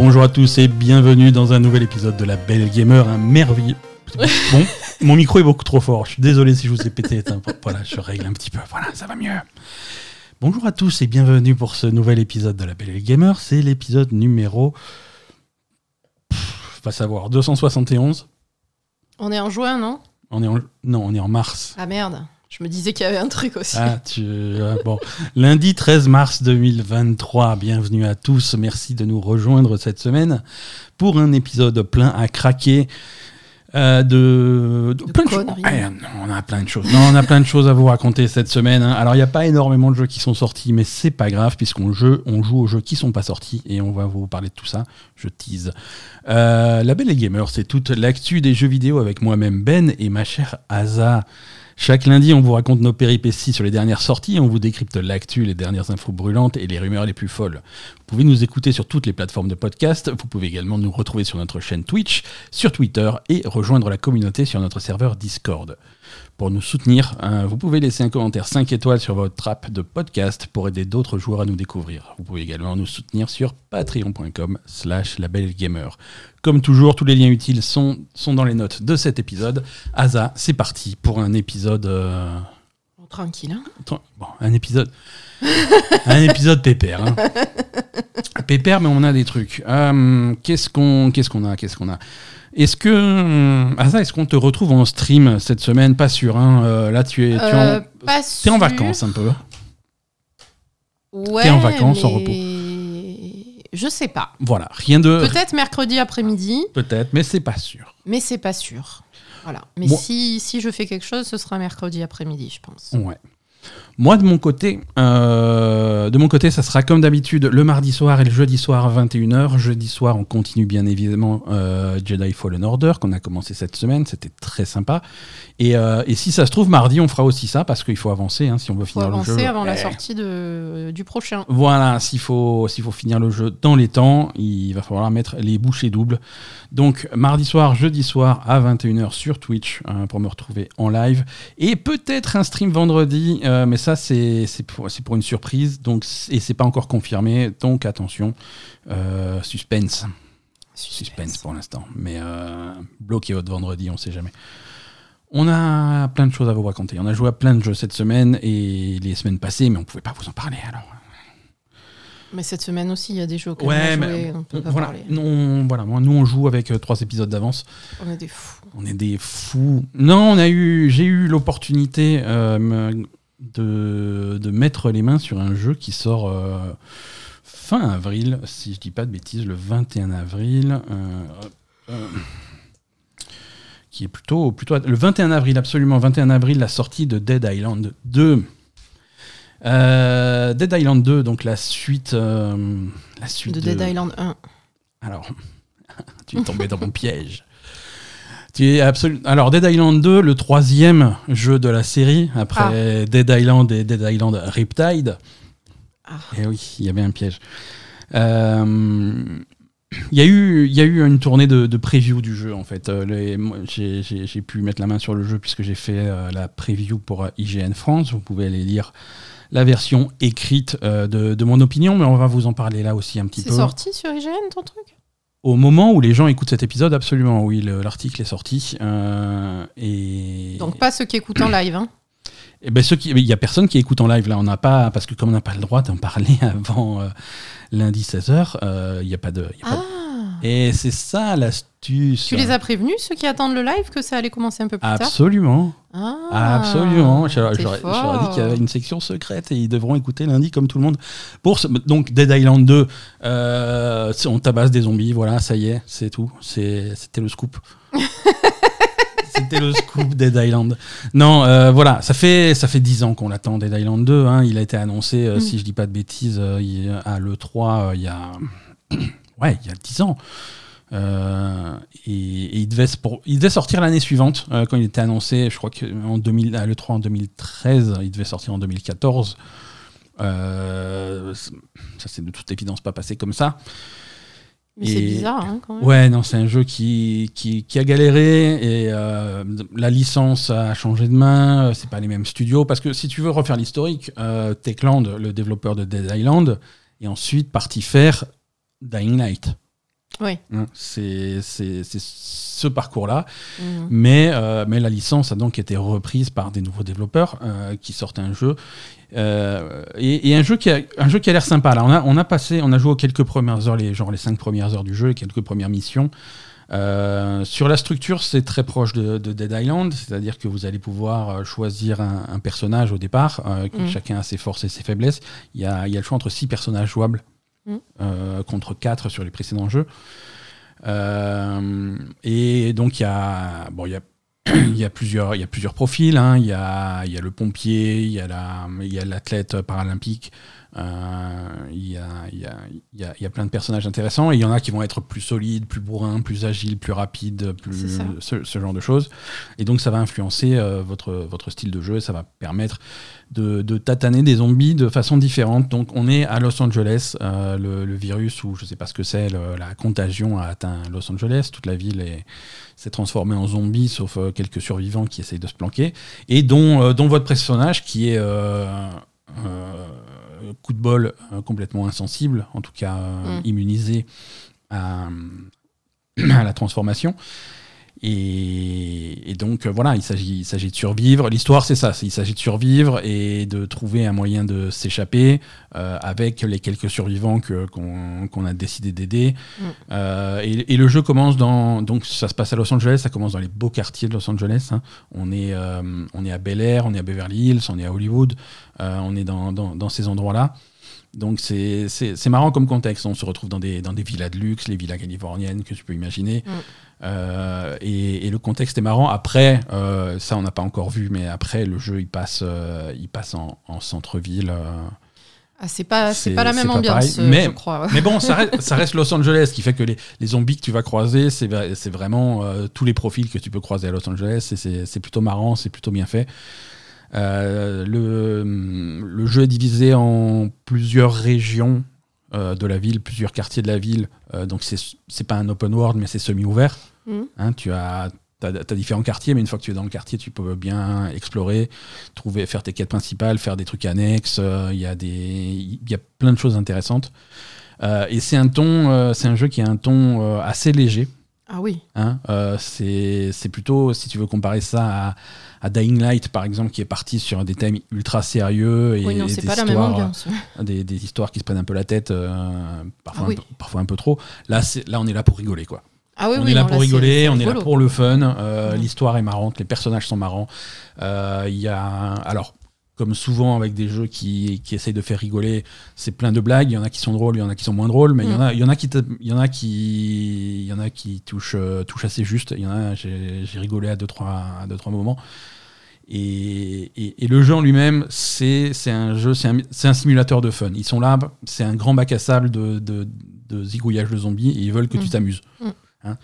Bonjour à tous et bienvenue dans un nouvel épisode de La Belle Gamer, un merveilleux... Bon, mon micro est beaucoup trop fort, je suis désolé si je vous ai pété. Voilà, je règle un petit peu, voilà, ça va mieux. Bonjour à tous et bienvenue pour ce nouvel épisode de La Belle Gamer, c'est l'épisode numéro... pas savoir, 271. On est en juin, non ? Non, on est en mars. Ah merde, je me disais qu'il y avait un truc aussi. Bon. Lundi 13 mars 2023, bienvenue à tous, merci de nous rejoindre cette semaine pour un épisode plein à craquer de plein de choses. On a plein de choses. Non, on a plein de choses à vous raconter cette semaine. Hein. Alors, il n'y a pas énormément de jeux qui sont sortis, mais c'est pas grave puisqu'on joue aux jeux qui sont pas sortis et on va vous parler de tout ça. Je tease. La Belle Gamer, c'est toute l'actu des jeux vidéo avec moi-même Ben et ma chère Asa. Chaque lundi, on vous raconte nos péripéties sur les dernières sorties, on vous décrypte l'actu, les dernières infos brûlantes et les rumeurs les plus folles. Vous pouvez nous écouter sur toutes les plateformes de podcast, vous pouvez également nous retrouver sur notre chaîne Twitch, sur Twitter et rejoindre la communauté sur notre serveur Discord. Pour nous soutenir, vous pouvez laisser un commentaire 5 étoiles sur votre app de podcast pour aider d'autres joueurs à nous découvrir. Vous pouvez également nous soutenir sur patreon.com/labellegamer. Comme toujours, tous les liens utiles sont dans les notes de cet épisode. Asa, c'est parti pour un épisode... Tranquille. Hein. Bon, un épisode pépère. Hein. Pépère, mais on a des trucs. Qu'est-ce qu'on a Est-ce qu'on te retrouve en stream cette semaine ? Pas sûr. Hein. Là, t'es en vacances un peu. Ouais. T'es en vacances, en repos. Je sais pas. Voilà, rien de. Peut-être mercredi après-midi. Peut-être, mais c'est pas sûr. Voilà. Mais bon. si je fais quelque chose, ce sera mercredi après-midi, je pense. Ouais. Moi, de mon côté, ça sera comme d'habitude le mardi soir et le jeudi soir à 21h. Jeudi soir, on continue bien évidemment Jedi Fallen Order qu'on a commencé cette semaine. C'était très sympa. Et si ça se trouve, mardi, on fera aussi ça parce qu'il faut avancer si on veut finir le jeu. Il faut avancer avant la sortie du prochain. Voilà, s'il faut finir le jeu dans les temps, il va falloir mettre les bouchées doubles. Donc, mardi soir, jeudi soir à 21h sur Twitch pour me retrouver en live. Et peut-être un stream vendredi, mais ça, c'est pour une surprise. Donc, et c'est pas encore confirmé. Donc, attention, suspense pour l'instant. Mais bloquez votre vendredi, on sait jamais. On a plein de choses à vous raconter. On a joué à plein de jeux cette semaine et les semaines passées, mais on pouvait pas vous en parler alors. Mais cette semaine aussi, il y a des jeux qu'on a joué, on peut pas parler. Nous, on joue avec 3 épisodes d'avance. On est des fous. Non, j'ai eu l'opportunité de mettre les mains sur un jeu qui sort fin avril, si je dis pas de bêtises, le 21 avril. Qui est plutôt le 21 avril, absolument, 21 avril, la sortie de Dead Island 2. Dead Island 2, donc la suite de Dead Island 1. Alors, tu es tombé dans mon piège. Alors, Dead Island 2, le 3e jeu de la série, après Dead Island et Dead Island Riptide. Et oui, il y avait un piège. Il y a eu une tournée de preview du jeu, en fait. J'ai pu mettre la main sur le jeu puisque j'ai fait la preview pour IGN France. Vous pouvez aller lire la version écrite de mon opinion, mais on va vous en parler là aussi un petit peu. C'est sorti sur IGN, ton truc ? Au moment où les gens écoutent cet épisode, absolument, oui, l'article est sorti. Donc pas ceux qui écoutent en live, hein ? Il y a personne qui écoute en live là, parce que comme on n'a pas le droit d'en parler avant lundi 16h, il n'y a pas de... Et c'est ça l'astuce. Tu les as prévenus, ceux qui attendent le live, que ça allait commencer un peu plus tard ? Absolument. Absolument. J'aurais dit qu'il y avait une section secrète et ils devront écouter lundi comme tout le monde. Donc Dead Island 2, on tabasse des zombies, voilà, ça y est, c'est tout. C'était le scoop. C'était le scoop Dead Island. Non, voilà, ça fait 10 ans qu'on l'attend, Dead Island 2. Hein. Il a été annoncé, si je dis pas de bêtises, à l'E3 il y a 10 ans. Et il devait sortir l'année suivante, quand il était annoncé, je crois qu'à l'E3 en 2013, il devait sortir en 2014. Ça, c'est de toute évidence pas passé comme ça. Mais c'est bizarre, hein, quand même. Ouais, non, c'est un jeu qui a galéré et la licence a changé de main. C'est pas les mêmes studios parce que si tu veux refaire l'historique, Techland, le développeur de Dead Island, est ensuite parti faire Dying Light. Oui. Hein, c'est ce parcours-là. Mais la licence a donc été reprise par des nouveaux développeurs qui sortent un jeu. Et un jeu qui a l'air sympa. Alors on a joué aux quelques premières heures, les 5 premières heures du jeu, les quelques premières missions. Sur la structure, c'est très proche de Dead Island, c'est-à-dire que vous allez pouvoir choisir un personnage au départ, chacun a ses forces et ses faiblesses. Il y a le choix entre 6 personnages jouables contre 4 sur les précédents jeux. Et donc il y a plusieurs profils, hein. Il y a le pompier, il y a l'athlète paralympique. Il y a plein de personnages intéressants et il y en a qui vont être plus solides, plus bourrins, plus agiles, plus rapides, ce genre de choses. Et donc ça va influencer votre style de jeu et ça va permettre de tataner des zombies de façon différente. Donc on est à Los Angeles, le virus, ou je sais pas ce que c'est, la contagion a atteint Los Angeles, toute la ville s'est transformée en zombie, sauf quelques survivants qui essayent de se planquer, et dont votre personnage qui est coup de bol complètement insensible, en tout cas immunisé à la transformation. Et donc voilà, il s'agit de survivre. L'histoire, c'est ça, il s'agit de survivre et de trouver un moyen de s'échapper avec les quelques survivants qu'on a décidé d'aider. Et le jeu commence donc ça se passe à Los Angeles, ça commence dans les beaux quartiers de Los Angeles, hein. On est à Bel Air, on est à Beverly Hills, on est à Hollywood, on est dans ces endroits-là. Donc c'est marrant comme contexte. On se retrouve dans des villas de luxe, les villas californiennes que tu peux imaginer. Et le contexte est marrant. Après, ça on n'a pas encore vu, mais après le jeu il passe en centre-ville. C'est pas la même ambiance, mais, je crois. Mais bon, ça reste Los Angeles, qui fait que les zombies que tu vas croiser, c'est vraiment tous les profils que tu peux croiser à Los Angeles. C'est plutôt marrant, c'est plutôt bien fait. Le jeu est divisé en plusieurs régions de la ville, plusieurs quartiers de la ville. Donc c'est pas un open world, mais c'est semi-ouvert. Hein, t'as différents quartiers, mais une fois que tu es dans le quartier, tu peux bien explorer, faire tes quêtes principales, faire des trucs annexes. Il y a plein de choses intéressantes. Et c'est un jeu qui a un ton assez léger. Ah oui. Hein, c'est plutôt, si tu veux comparer ça à Dying Light, par exemple, qui est parti sur des thèmes ultra sérieux et c'est pas la même ambiance. Des histoires qui se prennent un peu la tête, parfois un peu trop. Là, on est là pour rigoler, quoi. On est là pour rigoler, on est là pour le fun. L'histoire est marrante, les personnages sont marrants. Alors, comme souvent avec des jeux qui essayent de faire rigoler, c'est plein de blagues. Il y en a qui sont drôles, il y en a qui sont moins drôles, mais il y en a qui touchent assez juste. Il y en a, j'ai rigolé à deux trois moments. Et le jeu en lui-même, c'est un simulateur de fun. Ils sont là, c'est un grand bac à sable de zigouillage de zombies et ils veulent que tu t'amuses. Hein,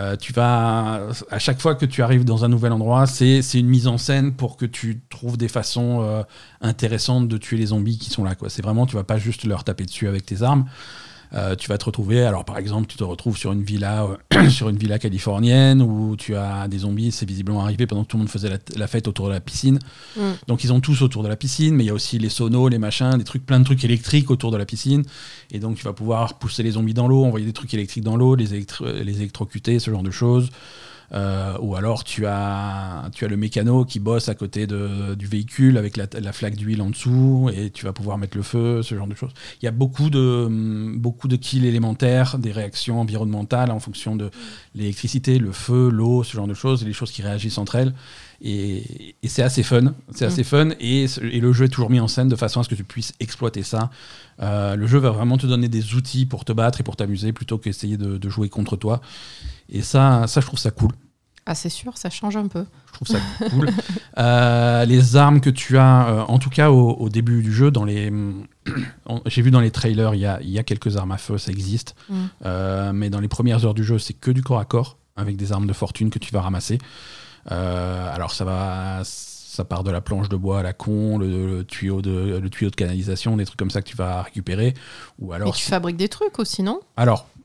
à chaque fois que tu arrives dans un nouvel endroit, c'est une mise en scène pour que tu trouves des façons intéressantes de tuer les zombies qui sont là, quoi. C'est vraiment, tu vas pas juste leur taper dessus avec tes armes. Tu vas te retrouver, alors par exemple, tu te retrouves sur une villa californienne où tu as des zombies, c'est visiblement arrivé pendant que tout le monde faisait la fête autour de la piscine. Donc ils ont tous autour de la piscine, mais il y a aussi les sonos, les machins, plein de trucs électriques autour de la piscine. Et donc tu vas pouvoir pousser les zombies dans l'eau, envoyer des trucs électriques dans l'eau, les électrocuter, ce genre de choses. Ou alors tu as le mécano qui bosse à côté du véhicule avec la flaque d'huile en dessous et tu vas pouvoir mettre le feu, ce genre de choses. Il y a beaucoup de kills élémentaires, des réactions environnementales en fonction de l'électricité, le feu, l'eau, ce genre de choses, et les choses qui réagissent entre elles. Et c'est assez fun. Assez fun et le jeu est toujours mis en scène de façon à ce que tu puisses exploiter ça. Le jeu va vraiment te donner des outils pour te battre et pour t'amuser plutôt qu'essayer de jouer contre toi. Et ça, je trouve ça cool. Ah, c'est sûr, ça change un peu. Je trouve ça cool. Les armes que tu as, en tout cas au début du jeu, j'ai vu dans les trailers, il y a quelques armes à feu, ça existe. Mais dans les premières heures du jeu, c'est que du corps à corps, avec des armes de fortune que tu vas ramasser. Alors ça part de la planche de bois à la con, le tuyau de canalisation, des trucs comme ça que tu vas récupérer. Ou alors, mais tu fabriques des trucs aussi, non ? Alors,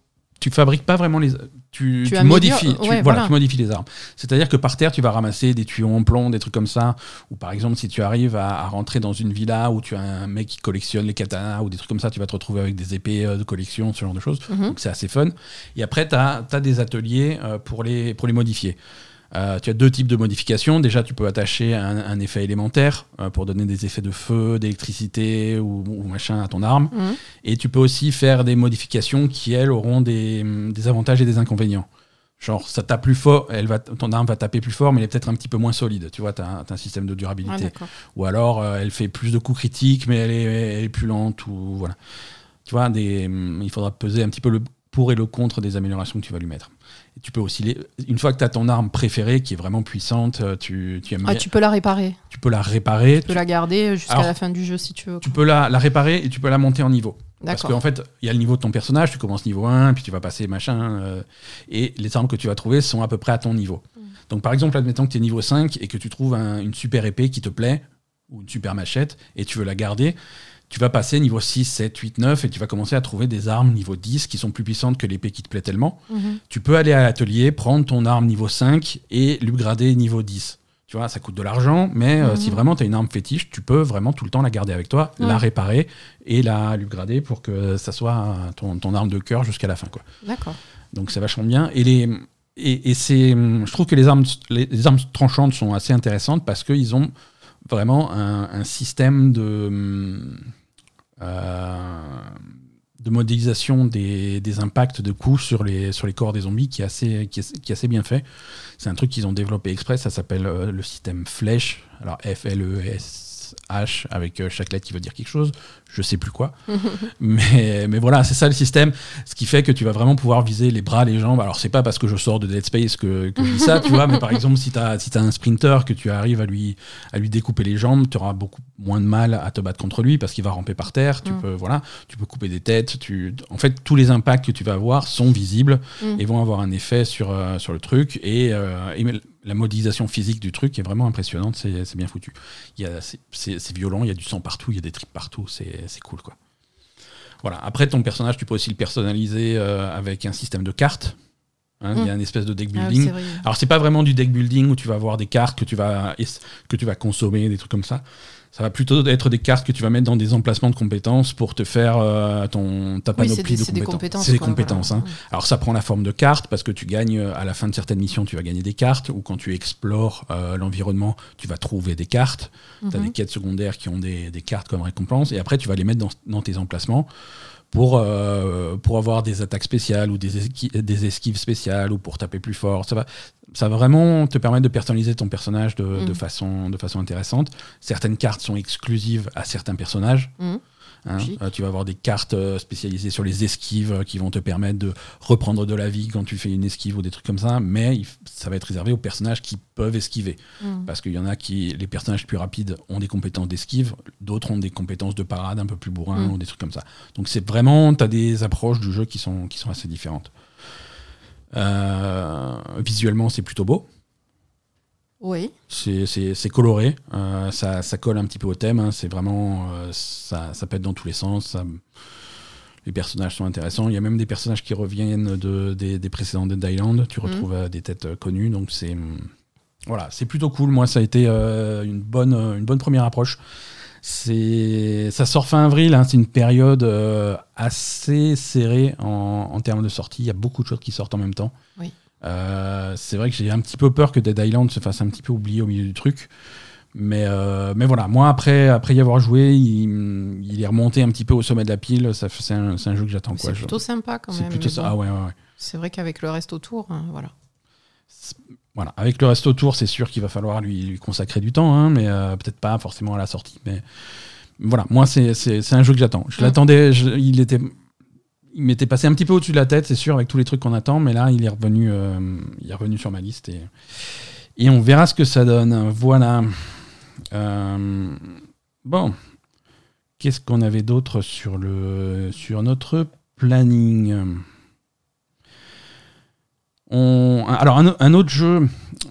tu fabriques pas vraiment tu modifies les armes. C'est-à-dire que par terre, tu vas ramasser des tuyaux en plomb, des trucs comme ça. Ou par exemple, si tu arrives à rentrer dans une villa où tu as un mec qui collectionne les katanas ou des trucs comme ça, tu vas te retrouver avec des épées de collection, ce genre de choses. Donc c'est assez fun. Et après, tu as des ateliers pour les modifier. Tu as deux types de modifications. Déjà, tu peux attacher un effet élémentaire pour donner des effets de feu, d'électricité ou machin à ton arme. Et tu peux aussi faire des modifications qui, elles, auront des avantages et des inconvénients. Genre, ça tape plus fort, ton arme va taper plus fort, mais elle est peut-être un petit peu moins solide. Tu vois, tu as un système de durabilité. Ou alors, elle fait plus de coups critiques, mais elle est plus lente. Ou, voilà. Tu vois, il faudra peser un petit peu le pour et le contre des améliorations que tu vas lui mettre. Et tu peux aussi, une fois que tu as ton arme préférée qui est vraiment puissante, tu peux la réparer. Tu peux la réparer. Tu peux la garder jusqu'à la fin du jeu si tu veux. Tu peux la réparer et tu peux la monter en niveau. D'accord. Parce qu'en fait, il y a le niveau de ton personnage, tu commences niveau 1, puis tu vas passer machin, et les armes que tu vas trouver sont à peu près à ton niveau. Donc par exemple, admettons que tu es niveau 5 et que tu trouves une super épée qui te plaît, ou une super machette, et tu veux la garder, tu vas passer niveau 6, 7, 8, 9 et tu vas commencer à trouver des armes niveau 10 qui sont plus puissantes que l'épée qui te plaît tellement. Tu peux aller à l'atelier, prendre ton arme niveau 5 et l'upgrader niveau 10. Tu vois, ça coûte de l'argent, mais si vraiment tu as une arme fétiche, tu peux vraiment tout le temps la garder avec toi, la réparer et l'upgrader pour que ça soit ton arme de cœur jusqu'à la fin, quoi. D'accord. Donc c'est vachement bien. Je trouve que les armes tranchantes sont assez intéressantes parce qu'ils ont vraiment un système de modélisation des impacts de coups sur les corps des zombies qui est assez bien fait. C'est un truc qu'ils ont développé exprès, ça s'appelle le système Flèche. Alors F-L-E-S-H avec chaque lettre qui veut dire quelque chose, je sais plus quoi. mais voilà, c'est ça le système, ce qui fait que tu vas vraiment pouvoir viser les bras, les jambes. Alors c'est pas parce que je sors de Dead Space que je dis ça, tu vois, mais par exemple si t'as un sprinter que tu arrives à lui découper les jambes, tu auras beaucoup moins de mal à te battre contre lui parce qu'il va ramper par terre. Tu peux couper des têtes. En fait, tous les impacts que tu vas avoir sont visibles et vont avoir un effet sur le truc et la modélisation physique du truc est vraiment impressionnante, c'est bien foutu. C'est violent, il y a du sang partout, il y a des tripes partout, c'est cool, quoi. Voilà. Après, ton personnage, tu peux aussi le personnaliser avec un système de cartes. Il y a une espèce de deck building. Alors, c'est pas vraiment du deck building où tu vas avoir des cartes que tu vas consommer, des trucs comme ça. Ça va plutôt être des cartes que tu vas mettre dans des emplacements de compétences pour te faire ta panoplie de compétences. C'est des compétences. Voilà. Alors ça prend la forme de cartes parce que tu gagnes, à la fin de certaines missions, tu vas gagner des cartes, ou quand tu explores l'environnement, tu vas trouver des cartes. Tu as des quêtes secondaires qui ont des cartes comme récompense, et après tu vas les mettre dans tes emplacements pour avoir des attaques spéciales ou des esquives spéciales ou pour taper plus fort. Ça va vraiment te permettre de personnaliser ton personnage de façon intéressante. Certaines cartes sont exclusives à certains personnages. Tu vas avoir des cartes spécialisées sur les esquives qui vont te permettre de reprendre de la vie quand tu fais une esquive ou des trucs comme ça, mais ça va être réservé aux personnages qui peuvent esquiver. Parce qu'il y en a les personnages plus rapides ont des compétences d'esquive, d'autres ont des compétences de parade un peu plus bourrin ou des trucs comme ça. Donc c'est vraiment, t'as des approches du jeu qui sont assez différentes. Visuellement, c'est plutôt beau. Oui. C'est coloré, ça colle un petit peu au thème, c'est vraiment ça pète dans tous les sens, les personnages sont intéressants, il y a même des personnages qui reviennent des précédents Dead Island, tu retrouves des têtes connues, donc c'est plutôt cool. Moi ça a été une bonne première approche. Ça sort fin avril, c'est une période assez serrée en termes de sortie, il y a beaucoup de choses qui sortent en même temps. Oui. C'est vrai que j'ai un petit peu peur que Dead Island se fasse un petit peu oublier au milieu du truc, mais voilà, moi après y avoir joué, il est remonté un petit peu au sommet de la pile. C'est un jeu que j'attends. C'est plutôt sympa quand même. C'est plutôt ça. Bon. Ah ouais. C'est vrai qu'avec le reste autour, voilà. Voilà, avec le reste autour, c'est sûr qu'il va falloir lui consacrer du temps, mais peut-être pas forcément à la sortie. Mais voilà, moi c'est un jeu que j'attends. Je l'attendais, il m'était passé un petit peu au-dessus de la tête, c'est sûr, avec tous les trucs qu'on attend, mais là, il est revenu sur ma liste et on verra ce que ça donne. Voilà. Bon. Qu'est-ce qu'on avait d'autre sur notre planning ? Alors, un autre jeu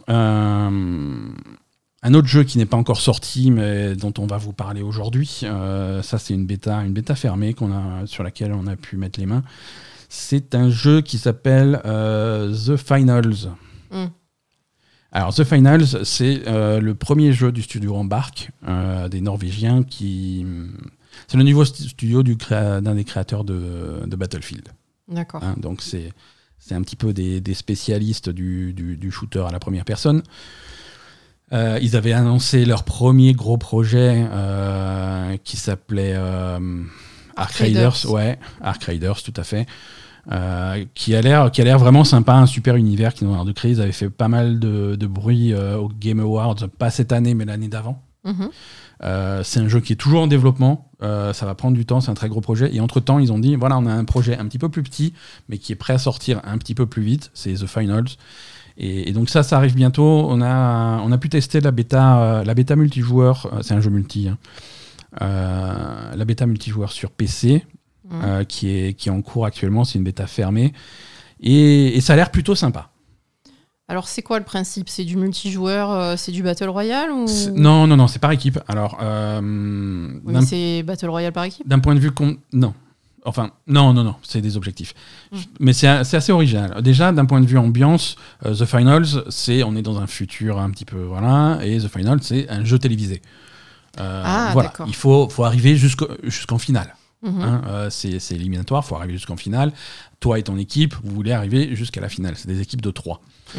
qui n'est pas encore sorti, mais dont on va vous parler aujourd'hui, ça c'est une bêta fermée sur laquelle on a pu mettre les mains. C'est un jeu qui s'appelle The Finals. Alors, The Finals, c'est le premier jeu du studio Embark, des Norvégiens c'est le nouveau studio d'un des créateurs de Battlefield. D'accord. Hein, donc, c'est un petit peu des spécialistes du shooter à la première personne. Ils avaient annoncé leur premier gros projet qui s'appelait Arc Raiders. Ouais, Arc Raiders, tout à fait. Qui a l'air vraiment sympa, un super univers qu'ils ont l'air de créer. Ils avaient fait pas mal de bruit au Game Awards, pas cette année, mais l'année d'avant. C'est un jeu qui est toujours en développement, ça va prendre du temps, c'est un très gros projet. Et entre-temps, ils ont dit, voilà, on a un projet un petit peu plus petit, mais qui est prêt à sortir un petit peu plus vite, c'est The Finals. Et donc ça arrive bientôt. On a pu tester la bêta multijoueur, c'est un jeu multi, hein. La bêta multijoueur sur PC, qui est en cours actuellement, c'est une bêta fermée. Et ça a l'air plutôt sympa. Alors, c'est quoi le principe ? C'est du multijoueur, c'est du Battle Royale ou... Non, c'est par équipe. Alors, mais c'est Battle Royale par équipe ? D'un point de vue... Non. Enfin, non, c'est des objectifs. Mais c'est assez original. Déjà, d'un point de vue ambiance, The Finals, on est dans un futur un petit peu... Voilà, et The Finals, c'est un jeu télévisé. Voilà. D'accord. Il faut arriver jusqu'en finale. Hein, c'est éliminatoire, il faut arriver jusqu'en finale. Toi et ton équipe, vous voulez arriver jusqu'à la finale. C'est des équipes de 3.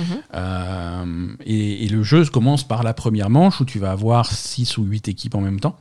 Et le jeu commence par la première manche où tu vas avoir 6 ou 8 équipes en même temps.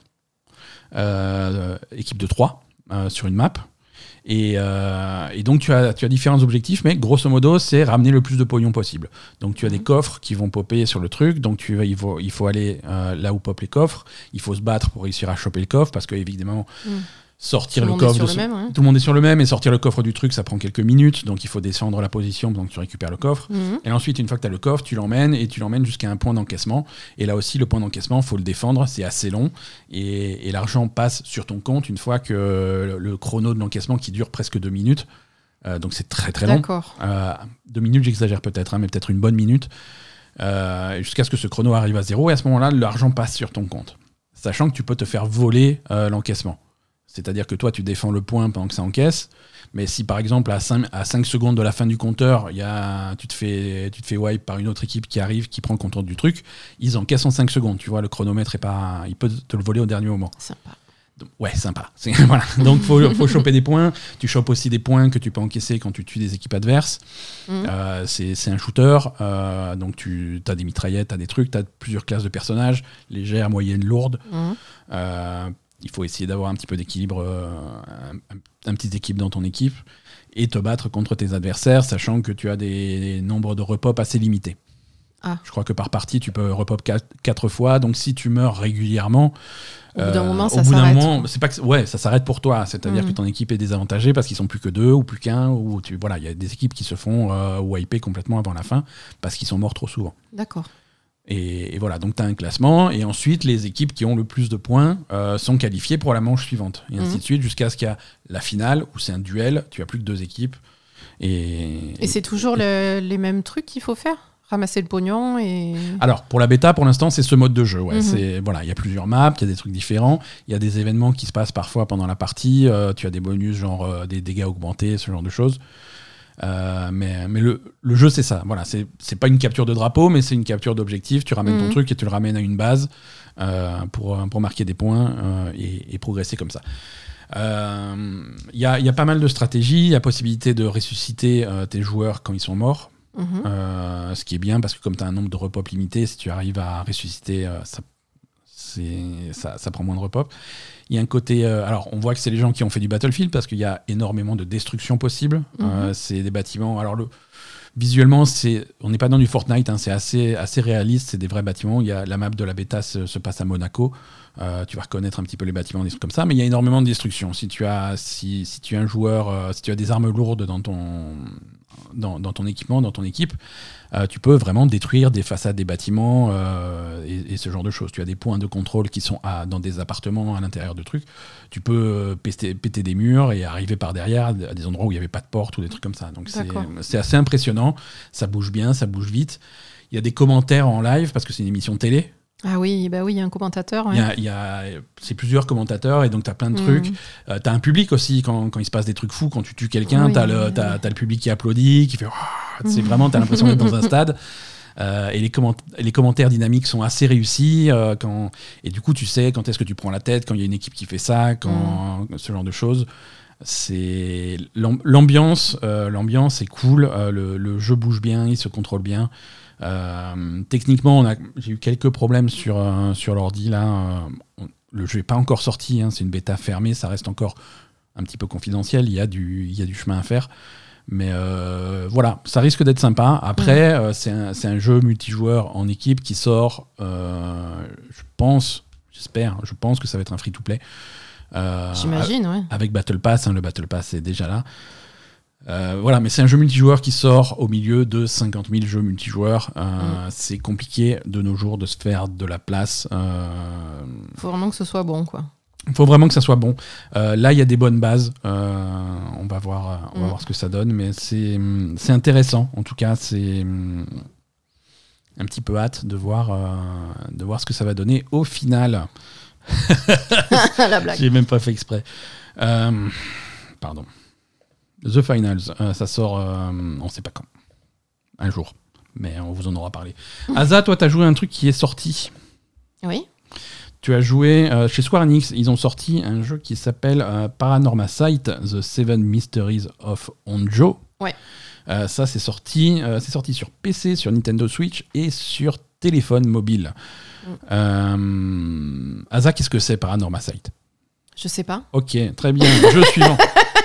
Équipe de 3 sur une map. Et donc tu as différents objectifs, mais grosso modo c'est ramener le plus de pognon possible. Donc tu as des coffres qui vont popper sur le truc, donc il faut aller là où popent les coffres, il faut se battre pour réussir à choper le coffre, parce que évidemment sortir le coffre, tout le monde est sur le même, et sortir le coffre du truc ça prend quelques minutes, donc il faut descendre la position pendant que tu récupères le coffre. Et ensuite, une fois que tu as le coffre, tu l'emmènes jusqu'à un point d'encaissement, et là aussi le point d'encaissement, il faut le défendre, c'est assez long, et l'argent passe sur ton compte une fois que le chrono de l'encaissement qui dure presque 2 minutes, donc c'est très très long. D'accord. 2 minutes, j'exagère peut-être, mais peut-être une bonne minute, jusqu'à ce que ce chrono arrive à 0, et à ce moment-là l'argent passe sur ton compte, sachant que tu peux te faire voler l'encaissement. C'est-à-dire que toi, tu défends le point pendant que ça encaisse. Mais si, par exemple, à 5 secondes de la fin du compteur, tu te fais wipe par une autre équipe qui arrive, qui prend le contrôle du truc, ils encaissent en 5 secondes. Tu vois, le chronomètre il peut te le voler au dernier moment. Sympa. Donc, ouais, sympa. Voilà. Donc, faut choper des points. Tu chopes aussi des points que tu peux encaisser quand tu tues des équipes adverses. C'est un shooter. Donc, tu as des mitraillettes, tu as des trucs, tu as plusieurs classes de personnages, légères, moyennes, lourdes. Il faut essayer d'avoir un petit peu d'équilibre, un petit équipe dans ton équipe, et te battre contre tes adversaires, sachant que tu as des nombres de repop assez limités. Je crois que par partie, tu peux repop 4 fois, donc si tu meurs régulièrement, au bout d'un moment, ça s'arrête. C'est pas que, ça s'arrête pour toi, c'est-à-dire que ton équipe est désavantagée parce qu'ils sont plus que 2 ou plus qu'1, ou il y a des équipes qui se font wiper complètement avant la fin parce qu'ils sont morts trop souvent. D'accord. Et voilà, donc tu as un classement, et ensuite les équipes qui ont le plus de points sont qualifiées pour la manche suivante, et ainsi de suite, jusqu'à ce qu'il y a la finale, où c'est un duel, tu as plus que 2 équipes. Et c'est toujours les mêmes trucs qu'il faut faire ? Ramasser le pognon et... Alors, pour la bêta, pour l'instant, c'est ce mode de jeu. Ouais. Il y a plusieurs maps, il y a des trucs différents, il y a des événements qui se passent parfois pendant la partie, tu as des bonus, genre des dégâts augmentés, ce genre de choses. Mais le jeu, c'est ça. Voilà, c'est pas une capture de drapeau, mais c'est une capture d'objectif. Tu ramènes ton truc et tu le ramènes à une base pour marquer des points et progresser comme ça. Y a pas mal de stratégies. Il y a possibilité de ressusciter tes joueurs quand ils sont morts. Ce qui est bien parce que comme tu as un nombre de repop limité, si tu arrives à ressusciter, ça prend moins de repop. Il y a un côté... alors, on voit que c'est les gens qui ont fait du Battlefield parce qu'il y a énormément de destruction possible. C'est des bâtiments... Alors, visuellement, on n'est pas dans du Fortnite, hein, c'est assez réaliste, c'est des vrais bâtiments. La map de la bêta se passe à Monaco. Tu vas reconnaître un petit peu les bâtiments, des trucs comme ça, mais il y a énormément de destruction. Si tu as un joueur, si tu as des armes lourdes dans ton équipement, dans ton équipe, tu peux vraiment détruire des façades des bâtiments et ce genre de choses. Tu as des points de contrôle qui sont dans des appartements à l'intérieur de trucs. Tu peux péter des murs et arriver par derrière à des endroits où il n'y avait pas de porte ou des trucs comme ça. Donc c'est assez impressionnant. Ça bouge bien, ça bouge vite. Il y a des commentaires en live parce que c'est une émission télé. Ah oui, bah oui, il y a un commentateur. Ouais. C'est plusieurs commentateurs et donc tu as plein de trucs. Tu as un public aussi quand il se passe des trucs fous, quand tu tues quelqu'un, tu as le public qui applaudit, qui fait c'est vraiment, tu as l'impression d'être dans un stade. Et les commentaires dynamiques sont assez réussis. Et du coup, tu sais quand est-ce que tu prends la tête, quand il y a une équipe qui fait ça, ce genre de choses. C'est l'ambiance est cool. Le jeu bouge bien, il se contrôle bien. Techniquement, j'ai eu quelques problèmes sur l'ordi là. Le jeu n'est pas encore sorti, hein, c'est une bêta fermée, ça reste encore un petit peu confidentiel. Il y a du chemin à faire, mais voilà, ça risque d'être sympa. Après, c'est un jeu multijoueur en équipe qui sort. Je pense que ça va être un free-to-play. J'imagine, ouais. Avec Battle Pass, hein, le Battle Pass est déjà là. Voilà, mais c'est un jeu multijoueur qui sort au milieu de 50 000 jeux multijoueurs. C'est compliqué de nos jours de se faire de la place. Faut vraiment que ce soit bon, quoi. Faut vraiment que ça soit bon. Là, il y a des bonnes bases. On va voir ce que ça donne, mais c'est intéressant. En tout cas, c'est un petit peu hâte de voir ce que ça va donner au final. La blague. J'ai même pas fait exprès. Pardon. The Finals, ça sort, on sait pas quand. Un jour. Mais on vous en aura parlé. Asa, toi, t'as joué un truc qui est sorti. Oui. Tu as joué chez Square Enix. Ils ont sorti un jeu qui s'appelle Paranormal Sight, The Seven Mysteries of Honjo. Ouais. Ça, c'est sorti sur PC, sur Nintendo Switch et sur téléphone mobile. Asa, qu'est-ce que c'est Paranormal Sight ? Je sais pas. Ok, très bien. Jeu suivant.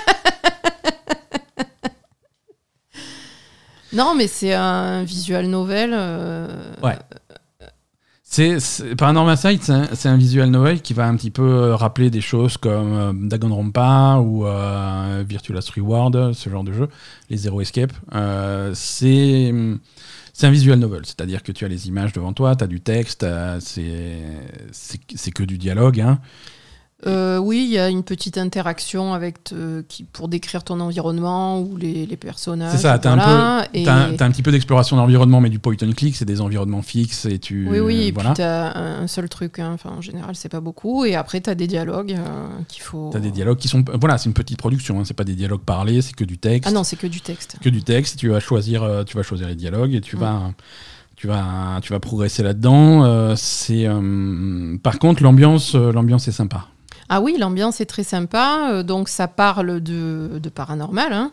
Non, mais c'est un visual novel. Ouais. Paranormal Sight, c'est un visual novel qui va un petit peu rappeler des choses comme Danganronpa ou Virtuous Reward, ce genre de jeu, les Zero Escape. C'est un visual novel, c'est-à-dire que tu as les images devant toi, tu as du texte, c'est que du dialogue. Hein. Oui, il y a une petite interaction pour décrire ton environnement ou les personnages. C'est ça, t'as un petit peu d'exploration d'environnement, mais du point and click, c'est des environnements fixes et Oui, et puis t'as un seul truc, hein. Enfin, en général, c'est pas beaucoup, et après t'as des dialogues qu'il faut... T'as des dialogues qui sont... Voilà, c'est une petite production, hein. C'est pas des dialogues parlés, c'est que du texte. Ah non, c'est que du texte. Que du texte, tu vas choisir les dialogues et tu vas progresser là-dedans. Par contre, l'ambiance est sympa. Ah oui, l'ambiance est très sympa. Donc, ça parle de paranormal. Hein.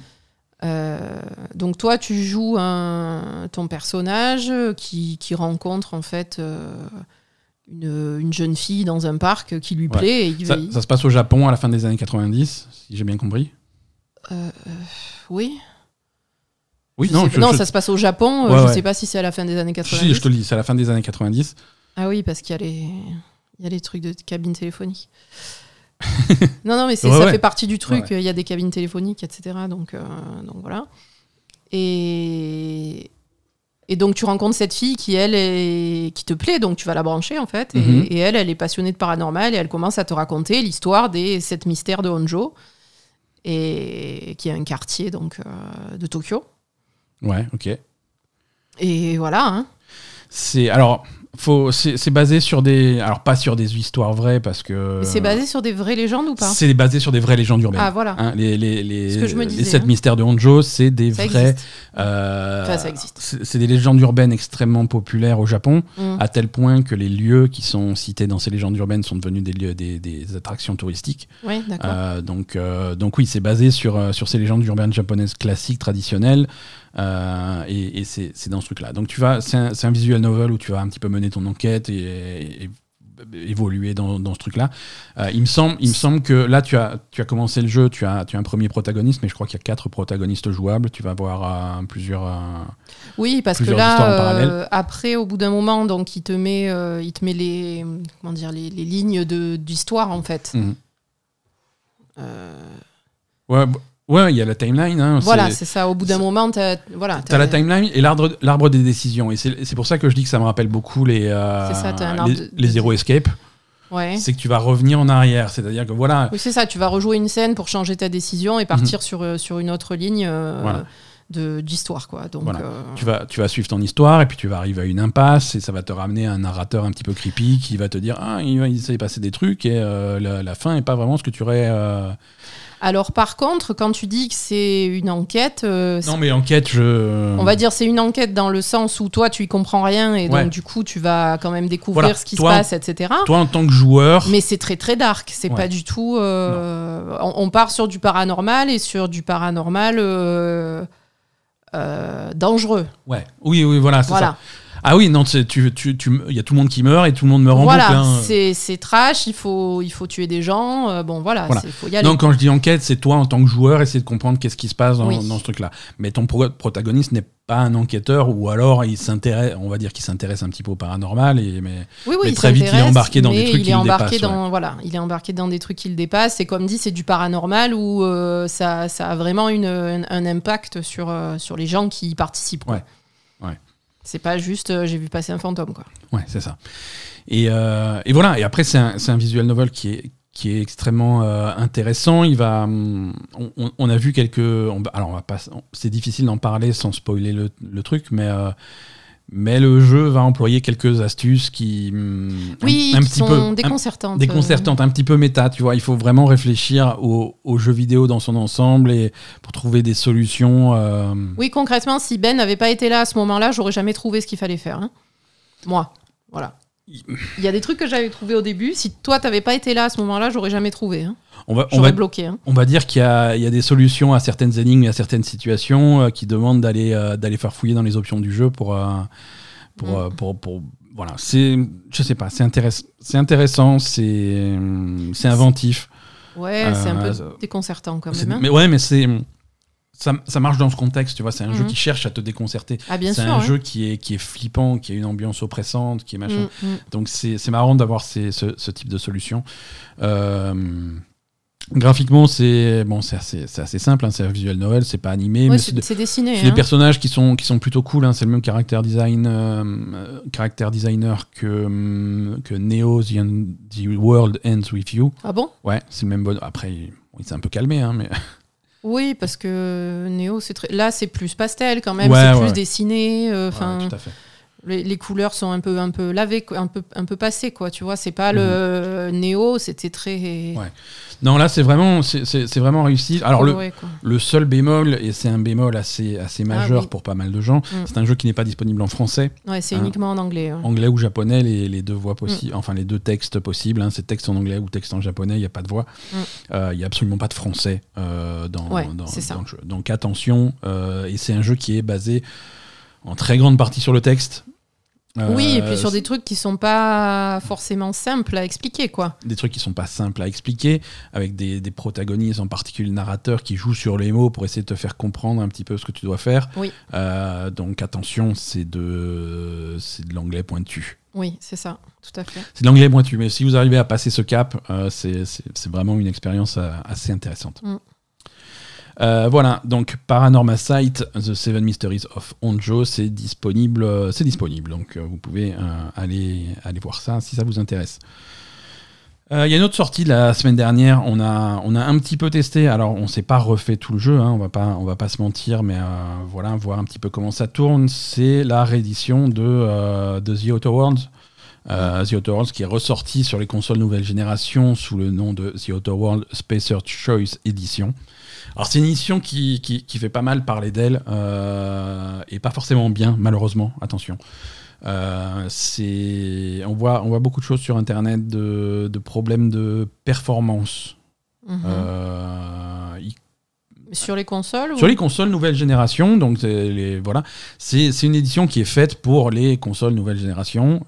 Donc, toi, tu joues ton personnage qui rencontre, en fait, une jeune fille dans un parc qui lui plaît. Et ça se passe au Japon à la fin des années 90, si j'ai bien compris. Oui. Oui, ça se passe au Japon. Je ne sais pas si c'est à la fin des années 90. Si, je te le dis, c'est à la fin des années 90. Ah oui, parce qu'il y a les trucs de cabine téléphonique. non, mais ça fait partie du truc. Il y a des cabines téléphoniques, etc. Donc voilà. Et donc, tu rencontres cette fille qui te plaît, donc tu vas la brancher, en fait. Et elle est passionnée de paranormal et elle commence à te raconter l'histoire des 7 mystères de Honjo, et qui est un quartier donc, de Tokyo. Ouais, ok. Et voilà. Hein. C'est basé sur pas sur des histoires vraies parce que. Mais c'est basé sur des vraies légendes ou pas ? C'est basé sur des vraies légendes urbaines. Ah voilà. Hein, ce que je me disais, les 7 mystères de Honjo, c'est des vrais. Ça existe. C'est des légendes urbaines extrêmement populaires au Japon, à tel point que les lieux qui sont cités dans ces légendes urbaines sont devenus des attractions touristiques. Oui, d'accord. Donc oui, c'est basé sur ces légendes urbaines japonaises classiques, traditionnelles. Et c'est dans ce truc-là. Donc c'est un visual novel où tu vas un petit peu mener ton enquête et évoluer dans ce truc-là. Il me semble que là, tu as commencé le jeu, tu as un premier protagoniste, mais je crois qu'il y a 4 protagonistes jouables. Tu vas avoir plusieurs. Oui, parce que là, après, au bout d'un moment, donc il te met les lignes d'histoire en fait. Ouais, il y a la timeline. Hein, voilà, c'est ça. Au bout d'un moment, t'as la timeline et l'arbre des décisions. Et c'est pour ça que je dis que ça me rappelle beaucoup les Zero Escape. Ouais. C'est que tu vas revenir en arrière. C'est-à-dire que voilà. Oui, c'est ça. Tu vas rejouer une scène pour changer ta décision et partir sur une autre ligne. Voilà. d'histoire, quoi. Donc, voilà. Tu vas suivre ton histoire et puis tu vas arriver à une impasse et ça va te ramener à un narrateur un petit peu creepy qui va te dire il s'est passé des trucs et la fin n'est pas vraiment ce que tu aurais... Alors par contre, quand tu dis que c'est une enquête... non mais enquête, on va dire c'est une enquête dans le sens où toi tu y comprends rien et donc du coup tu vas quand même découvrir ce qui se passe, etc. Toi en tant que joueur... Mais c'est très très dark, c'est pas du tout... on part sur du paranormal et sur du paranormal dangereux. Ouais. Oui, voilà, c'est ça. Ah oui, non, il y a tout le monde qui meurt et tout le monde meurt en boucle. Voilà, c'est trash, il faut tuer des gens, faut y aller. Donc quand je dis enquête, c'est toi en tant que joueur, essayer de comprendre qu'est-ce qui se passe dans ce truc-là. Mais ton protagoniste n'est pas un enquêteur, ou alors on va dire qu'il s'intéresse un petit peu au paranormal, mais très vite il est embarqué dans des trucs qui le dépassent. Il est embarqué dans des trucs qui le dépassent, et comme dit, c'est du paranormal où ça a vraiment un impact sur les gens qui y participent. Quoi. Ouais. C'est pas juste j'ai vu passer un fantôme, quoi. Ouais, c'est ça. Et voilà. Et après, c'est un visual novel qui est extrêmement intéressant. On a vu c'est difficile d'en parler sans spoiler le truc, mais le jeu va employer quelques astuces qui sont déconcertantes. Déconcertantes, un petit peu méta, tu vois. Il faut vraiment réfléchir au jeu vidéo dans son ensemble et pour trouver des solutions. Oui, concrètement, si Ben n'avait pas été là à ce moment-là, j'aurais jamais trouvé ce qu'il fallait faire. Hein. Moi, voilà. Il y a des trucs que j'avais trouvé au début. Si toi, t'avais pas été là à ce moment-là, j'aurais jamais trouvé. Hein. J'aurais bloqué. Hein. On va dire qu'il y a des solutions à certaines énigmes et à certaines situations qui demandent d'aller faire fouiller dans les options du jeu pour voilà. Je sais pas, c'est intéressant, c'est inventif. Ouais, c'est un peu déconcertant quand même. Mais ça marche dans ce contexte, tu vois. C'est un jeu qui cherche à te déconcerter. Ah, bien sûr, un jeu qui est flippant, qui a une ambiance oppressante, qui est machin. Donc c'est marrant d'avoir ce type de solution. Graphiquement, c'est assez simple. Hein, c'est un visual novel, c'est pas animé, mais c'est dessiné. C'est des personnages qui sont plutôt cool. Hein, c'est le même caractère designer que Neo The World Ends With You. Ah bon ? Ouais, c'est le même bon. Après, il s'est un peu calmé, hein, mais. Oui, parce que Neo, là, c'est plus pastel quand même, c'est plus dessiné. Tout à fait. Les couleurs sont un peu lavées, un peu passées, quoi. Tu vois, c'est pas le Neo, c'était très. Ouais. Non, là, c'est vraiment réussi. Alors le seul bémol, et c'est un bémol assez majeur pour pas mal de gens, c'est un jeu qui n'est pas disponible en français. Ouais, c'est uniquement en anglais. Hein. Anglais ou japonais, les deux voix possibles, enfin les deux textes possibles. Hein, c'est texte en anglais ou texte en japonais. Il y a pas de voix. Il y a absolument pas de français dans le jeu. Donc attention. Et c'est un jeu qui est basé en très grande partie sur le texte. Oui, et puis sur des trucs qui sont pas forcément simples à expliquer, quoi. Des trucs qui sont pas simples à expliquer, avec des protagonistes, en particulier le narrateur, qui joue sur les mots pour essayer de te faire comprendre un petit peu ce que tu dois faire. Oui. Donc attention, c'est de l'anglais pointu. Oui, c'est ça, tout à fait. C'est de l'anglais pointu, mais si vous arrivez à passer ce cap, c'est vraiment une expérience assez intéressante. Voilà, donc Paranormal Sight, The Seven Mysteries of Honjo, c'est disponible, donc vous pouvez aller voir ça si ça vous intéresse. Il y a une autre sortie la semaine dernière, on a un petit peu testé, alors on s'est pas refait tout le jeu, hein, on va pas se mentir, mais voilà, voir un petit peu comment ça tourne, c'est la réédition de The Outer Worlds. The Outer Worlds qui est ressorti sur les consoles nouvelle génération sous le nom de The Outer World Spacer Choice Edition. Alors c'est une édition qui fait pas mal parler d'elle et pas forcément bien, malheureusement, attention. On voit beaucoup de choses sur internet de problèmes de performance. Sur les consoles Sur les consoles nouvelle génération, donc voilà. C'est une édition qui est faite pour les consoles nouvelle génération,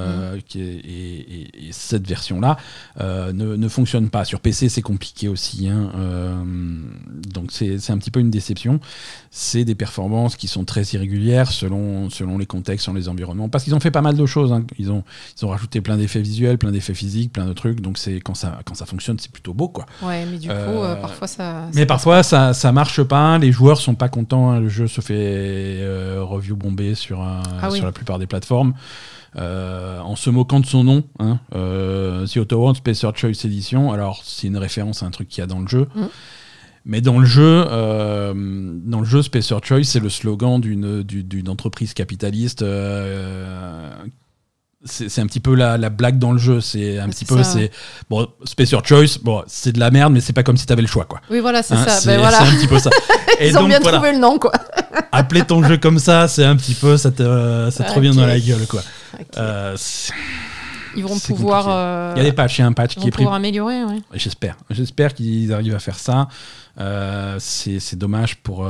et cette version-là ne fonctionne pas. Sur PC, c'est compliqué aussi, hein, donc c'est un petit peu une déception. C'est des performances qui sont très irrégulières selon les contextes, selon les environnements, parce qu'ils ont fait pas mal de choses. Hein. Ils ont rajouté plein d'effets visuels, plein d'effets physiques, plein de trucs. Donc quand ça fonctionne, c'est plutôt beau, quoi. Ouais, mais du coup, parfois ça. Mais parfois ça marche pas, les joueurs sont pas contents, hein, le jeu se fait review bombé sur la plupart des plateformes, en se moquant de son nom, hein, The Outer Worlds Spacer Choice Edition. Alors c'est une référence à un truc qu'il y a dans le jeu, Mais dans le jeu, Spacer Choice, c'est le slogan d'une entreprise capitaliste. C'est un petit peu la blague dans le jeu. C'est un petit peu, bon, Spacer Choice. Bon, c'est de la merde, mais c'est pas comme si t'avais le choix, quoi. Oui, voilà, c'est ça. C'est voilà. un petit peu ça. Ils ont bien trouvé le nom, quoi. Appeler ton jeu comme ça, c'est un petit peu, ça te revient dans la gueule, quoi. Okay. Ils vont pouvoir. Il y a des patchs, il y a un patch qui est pris. Pouvoir améliorer, ouais. J'espère qu'ils arrivent à faire ça. C'est dommage pour.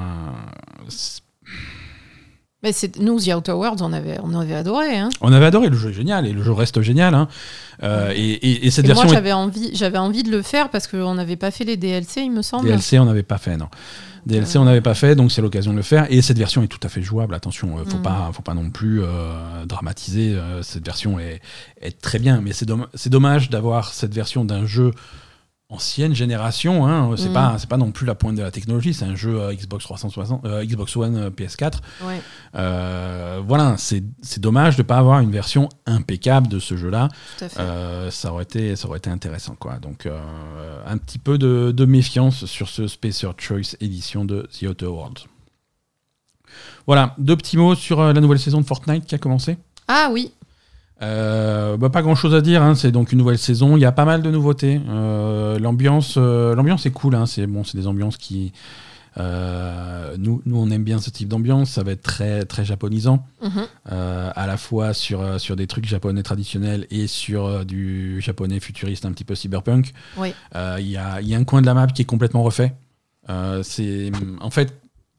Mais nous, The Outer Worlds, on avait adoré. Hein. On avait adoré, le jeu est génial et le jeu reste génial. Hein. Et cette version. Moi, j'avais envie de le faire parce qu'on n'avait pas fait les DLC, il me semble. DLC, on n'avait pas fait, non. DLC, on n'avait pas fait, donc c'est l'occasion de le faire. Et cette version est tout à fait jouable. Attention, faut pas non plus dramatiser. Cette version est très bien, mais c'est dommage d'avoir cette version d'un jeu ancienne génération, hein. C'est pas non plus la pointe de la technologie, c'est un jeu Xbox 360, Xbox One, PS4. Ouais. Voilà, c'est dommage de pas avoir une version impeccable de ce jeu-là. Tout à fait. Ça aurait été intéressant, quoi. Donc un petit peu de méfiance sur ce Spacer Choice édition de The Outer Worlds. Voilà, 2 petits mots sur la nouvelle saison de Fortnite qui a commencé. Ah oui. Pas grand chose à dire, hein. C'est donc une nouvelle saison, il y a pas mal de nouveautés. L'ambiance est cool, hein. C'est des ambiances qui nous on aime bien ce type d'ambiance, ça va être très très japonisant, à la fois sur des trucs japonais traditionnels et sur du japonais futuriste un petit peu cyberpunk. Oui. Il y a un coin de la map qui est complètement refait. C'est en fait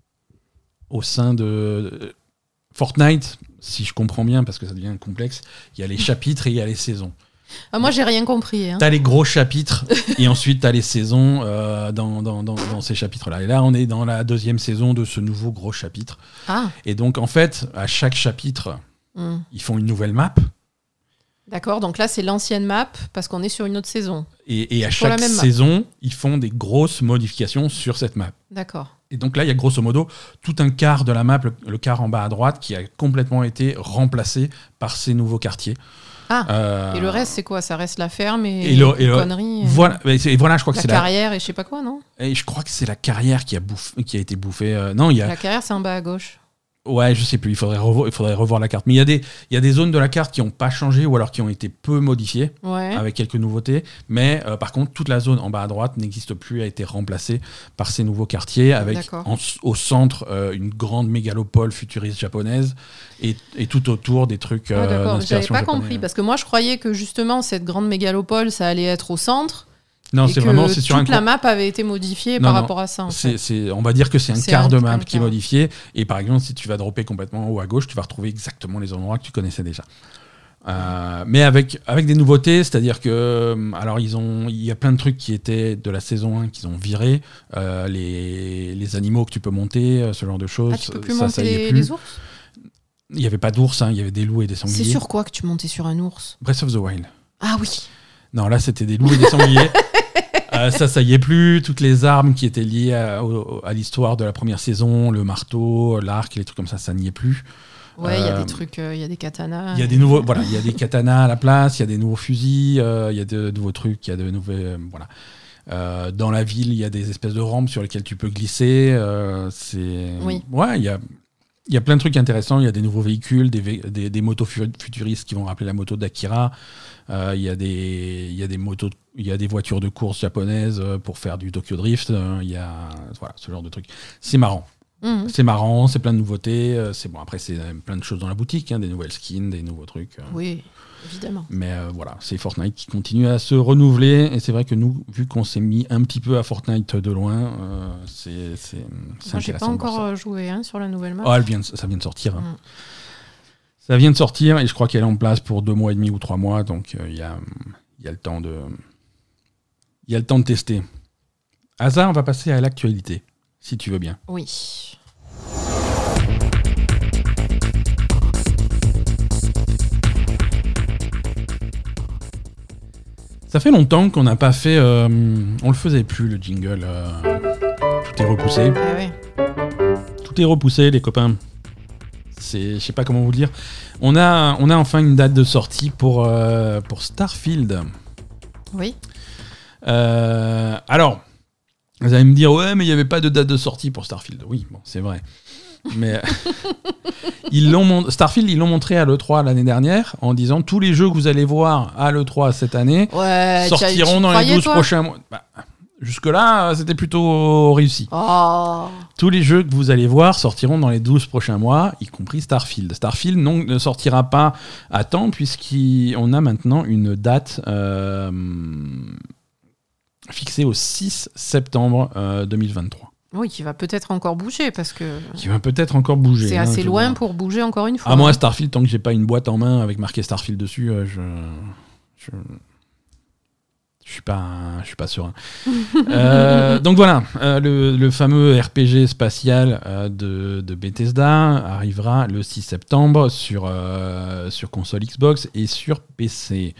au sein de Fortnite, si je comprends bien, parce que ça devient complexe, il y a les chapitres et il y a les saisons. Moi, j'ai rien compris. Hein. T'as les gros chapitres et ensuite t'as les saisons dans ces chapitres-là. Et là, on est dans la 2e saison de ce nouveau gros chapitre. Ah. Et donc, en fait, à chaque chapitre, ils font une nouvelle map. D'accord, donc là, c'est l'ancienne map parce qu'on est sur une autre saison. Et à chaque saison, ils font des grosses modifications sur cette map. D'accord. Et donc là, il y a grosso modo tout un quart de la map, le quart en bas à droite, qui a complètement été remplacé par ces nouveaux quartiers. Ah, et le reste, c'est quoi? Ça reste la ferme et conneries. Voilà, je crois que c'est la carrière et je sais pas quoi, non? Et je crois que c'est la carrière qui a été bouffée. Non, la carrière, c'est en bas à gauche. Ouais, je sais plus, il faudrait revoir la carte. Mais il y a des zones de la carte qui n'ont pas changé ou alors qui ont été peu modifiées, avec quelques nouveautés. Mais par contre, toute la zone en bas à droite n'existe plus, a été remplacée par ces nouveaux quartiers, avec au centre une grande mégalopole futuriste japonaise et tout autour des trucs d'inspiration j'avais pas japonaise. compris, parce que moi je croyais que justement cette grande mégalopole, ça allait être au centre. Non, c'est vraiment sur toute la map avait été modifiée par rapport à ça. On va dire que c'est un quart de map qui est modifié. Et par exemple, si tu vas dropper complètement en haut à gauche, tu vas retrouver exactement les endroits que tu connaissais déjà. Mais avec des nouveautés, c'est-à-dire que alors il y a plein de trucs qui étaient de la saison 1 qu'ils ont viré, les animaux que tu peux monter, ce genre de choses. Ah, tu peux plus monter les ours? Il n'y avait pas d'ours, il y avait des loups et des sangliers. C'est sur quoi que tu montais sur un ours? Breath of the Wild. Ah oui. Non, là c'était des loups et des sangliers. Ça y est plus. Toutes les armes qui étaient liées à l'histoire de la première saison, le marteau, l'arc, les trucs comme ça n'y est plus. Ouais, il y a des trucs, il y a des katanas. Il y a des nouveaux, voilà, il y a des katanas à la place, il y a des nouveaux fusils, il y a de nouveaux trucs, il y a de nouvelles, voilà. Dans la ville, il y a des espèces de rampes sur lesquelles tu peux glisser. Ouais, il y a plein de trucs intéressants. Il y a des nouveaux véhicules, des motos futuristes qui vont rappeler la moto d'Akira. Il y a des voitures de course japonaises pour faire du Tokyo Drift. Il y a ce genre de trucs. C'est marrant. C'est marrant, c'est plein de nouveautés. Après, c'est plein de choses dans la boutique, des nouvelles skins, des nouveaux trucs. Oui, évidemment. Mais voilà, c'est Fortnite qui continue à se renouveler. Et c'est vrai que nous, vu qu'on s'est mis un petit peu à Fortnite de loin, c'est intéressant. Moi, j'ai pas encore joué sur la nouvelle map. Ça vient de sortir. Ça vient de sortir et je crois qu'elle est en place pour 2 mois et demi ou 3 mois. Donc, il y a le temps de tester. Asa, on va passer à l'actualité, si tu veux bien. Oui. Ça fait longtemps qu'on n'a pas fait... on le faisait plus, le jingle. Tout est repoussé. Ah ouais. Tout est repoussé, les copains. Je sais pas comment vous le dire. On a enfin une date de sortie pour Starfield. Oui. Alors, Vous allez me dire, ouais, mais il n'y avait pas de date de sortie pour Starfield. Oui, bon, c'est vrai. Mais Starfield, ils l'ont montré à l'E3 l'année dernière en disant tous les jeux que vous allez voir à l'E3 cette année sortiront dans les 12 prochains mois. Jusque-là, c'était plutôt réussi. Oh. Tous les jeux que vous allez voir sortiront dans les 12 prochains mois, y compris Starfield. Starfield ne sortira pas à temps puisqu'on a maintenant une date fixée au 6 septembre 2023. Oui, qui va peut-être encore bouger parce que. Qui va peut-être encore bouger. C'est assez loin pour bouger encore une fois. Ah, moi, Starfield, tant que j'ai pas une boîte en main avec marqué Starfield dessus, je suis pas serein. Donc voilà, le fameux RPG spatial de Bethesda arrivera le 6 septembre sur console Xbox et sur PC.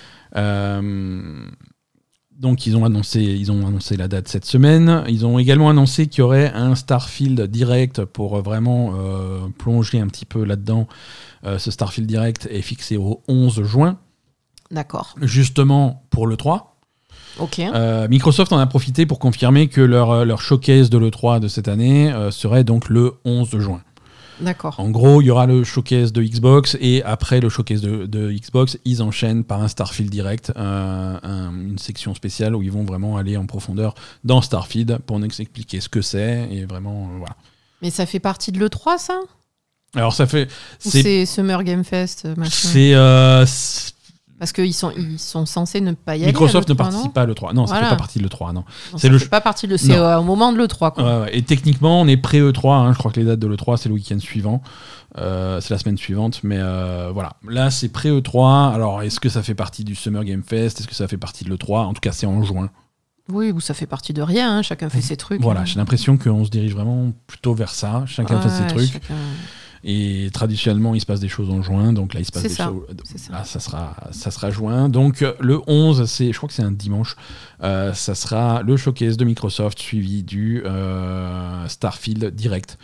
Donc ils ont annoncé la date cette semaine. Ils ont également annoncé qu'il y aurait un Starfield Direct pour vraiment plonger un petit peu là-dedans. Ce Starfield Direct est fixé au 11 juin. D'accord. Justement pour l'E3. Ok. Microsoft en a profité pour confirmer que leur showcase de l'E3 de cette année serait donc le 11 juin. D'accord. En gros, il y aura le showcase de Xbox et après le showcase de Xbox, ils enchaînent par un Starfield Direct, une section spéciale où ils vont vraiment aller en profondeur dans Starfield pour nous expliquer ce que c'est et vraiment voilà. Mais ça fait partie de l'E3 ça ? Alors ça fait c'est Summer Game Fest machin. C'est parce qu'ils sont censés ne pas y aller. Microsoft ne à l'E3, participe pas à l'E3. Non, ça voilà. fait pas partie de l'E3, non. C'est pas partie de c'est au moment de l'E3 quoi. Ouais. Et techniquement, on est pré-E3, je crois que les dates de l'E3 c'est le week-end suivant. C'est la semaine suivante, mais voilà. Là, c'est pré-E3. Alors, est-ce que ça fait partie du Summer Game Fest ? Est-ce que ça fait partie de l'E3 ? En tout cas, c'est en juin. Oui, ou ça fait partie de rien, chacun fait ses trucs. Voilà, j'ai l'impression qu'on se dirige vraiment plutôt vers ça. Chacun fait ses trucs. Et traditionnellement, il se passe des choses en juin, donc là, il se passe des choses. Là, ça sera juin. Donc, le 11, je crois que c'est un dimanche, ça sera le showcase de Microsoft suivi du Starfield Direct.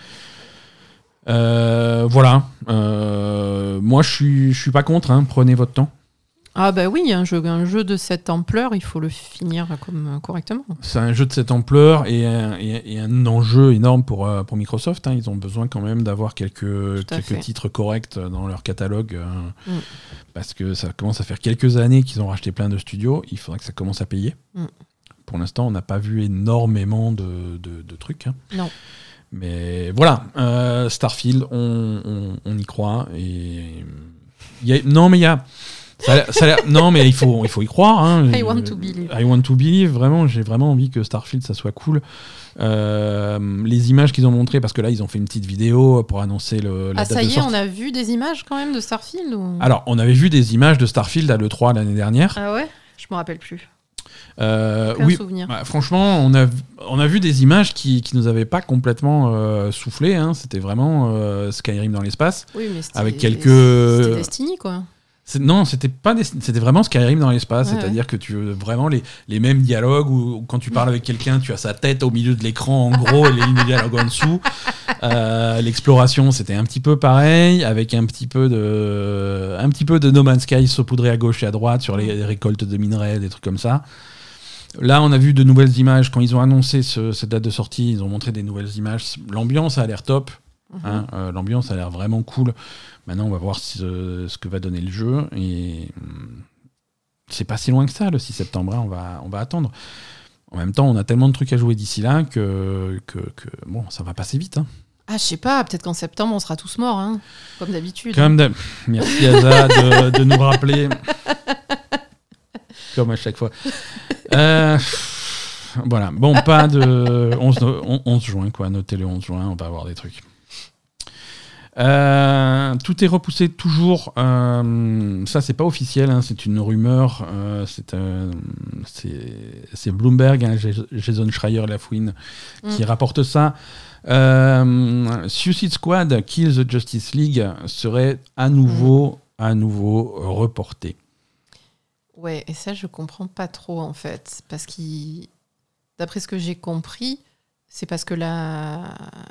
Voilà. Moi, je suis pas contre. Prenez votre temps. Ah bah oui, un jeu de cette ampleur, il faut le finir correctement. C'est un jeu de cette ampleur et un enjeu énorme pour Microsoft. Ils ont besoin quand même d'avoir quelques titres corrects dans leur catalogue parce que ça commence à faire quelques années qu'ils ont racheté plein de studios. Il faudrait que ça commence à payer. Pour l'instant, on n'a pas vu énormément de trucs. Non. Mais voilà, Starfield, on y croit. Non, mais il y a... non, mais il faut y croire. I want to believe. I want to believe. Vraiment, j'ai vraiment envie que Starfield, ça soit cool. Les images qu'ils ont montrées, parce que là, ils ont fait une petite vidéo pour annoncer la date de sortie. Ah, ça y est, on a vu des images quand même de Starfield ou... Alors, on avait vu des images de Starfield à l'E3 l'année dernière. Ah ouais ? Je me rappelle plus. Oui, franchement, on a vu des images qui nous avaient pas complètement soufflé. C'était vraiment Skyrim dans l'espace. Oui, mais c'était Destiny, quoi. Non, c'était vraiment Skyrim dans l'espace, c'est-à-dire que tu veux vraiment les mêmes dialogues où quand tu parles avec quelqu'un, tu as sa tête au milieu de l'écran en gros et les lignes de dialogue en dessous. L'exploration, c'était un petit peu pareil, avec un petit peu de No Man's Sky saupoudré à gauche et à droite sur les récoltes de minerais, des trucs comme ça. Là, on a vu de nouvelles images. Quand ils ont annoncé cette date de sortie, ils ont montré des nouvelles images. L'ambiance a l'air top. L'ambiance a l'air vraiment cool. Maintenant, on va voir ce que va donner le jeu. Et c'est pas si loin que ça, le 6 septembre. On va attendre. En même temps, on a tellement de trucs à jouer d'ici là que bon, ça va passer vite. Ah, je sais pas. Peut-être qu'en septembre, on sera tous morts, comme d'habitude. Merci Aza de nous rappeler. Comme à chaque fois. Voilà. Bon, pas de 11 juin, quoi. Notez le 11 juin, on va avoir des trucs. Tout est repoussé toujours. Ça, c'est pas officiel, c'est une rumeur. C'est Bloomberg, Jason Schreier-Lafouine, qui rapporte ça. Suicide Squad Kill the Justice League serait à nouveau reporté. Ouais, et ça, je comprends pas trop, en fait. Parce d'après ce que j'ai compris, c'est parce que la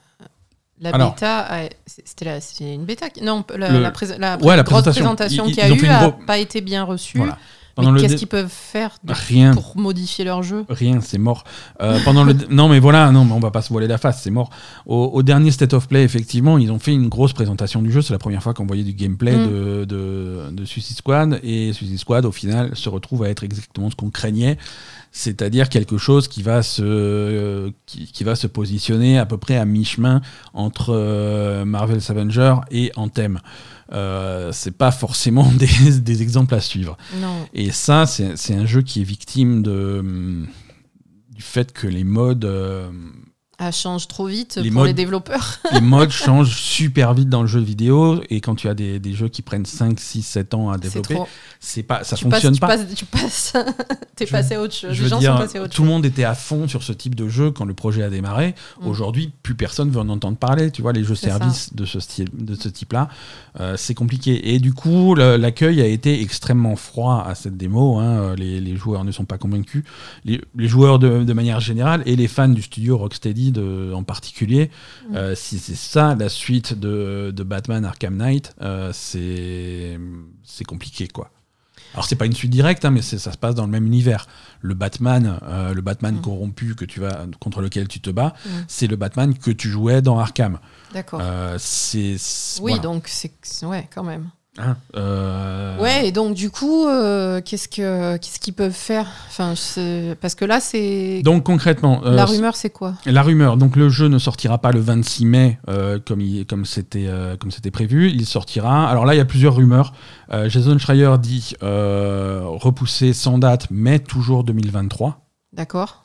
bêta, c'est une bêta. Non, la grosse présentation qu'il y a eu n'a pas été bien reçue. Voilà. Mais qu'est-ce qu'ils peuvent faire Rien. Pour modifier leur jeu? Rien, c'est mort. Non, mais on va pas se voiler la face, c'est mort. Au dernier State of Play, effectivement, ils ont fait une grosse présentation du jeu. C'est la première fois qu'on voyait du gameplay de Suicide Squad. Et Suicide Squad, au final, se retrouve à être exactement ce qu'on craignait. C'est-à-dire quelque chose qui va se positionner à peu près à mi-chemin entre Marvel's Avengers et Anthem. C'est pas forcément des exemples à suivre. Non. Et ça, c'est un jeu qui est victime du fait que les modes... change trop vite les développeurs. Les modes changent super vite dans le jeu vidéo, et quand tu as des jeux qui prennent 5, 6, 7 ans à développer, ça fonctionne pas. T'es passé à autre chose. Je veux dire, tout le monde était à fond sur ce type de jeu quand le projet a démarré. Aujourd'hui, plus personne veut en entendre parler. Tu vois, les jeux services de ce type-là, c'est compliqué. Et du coup, l'accueil a été extrêmement froid à cette démo. Les joueurs ne sont pas convaincus. Les joueurs de manière générale, et les fans du studio Rocksteady en particulier, si c'est ça la suite de Batman Arkham Knight, c'est compliqué, quoi. Alors c'est pas une suite directe, mais ça se passe dans le même univers. Le Batman corrompu contre lequel tu te bats, c'est le Batman que tu jouais dans Arkham. D'accord. Oui, voilà. Donc c'est quand même. Ouais, et donc du coup, qu'est-ce qu'ils peuvent faire? Parce que là, c'est... Donc concrètement... la rumeur, c'est quoi? La rumeur, donc le jeu ne sortira pas le 26 mai comme c'était prévu. Il sortira... Alors là, il y a plusieurs rumeurs. Jason Schreier dit repousser sans date, mais toujours 2023. D'accord.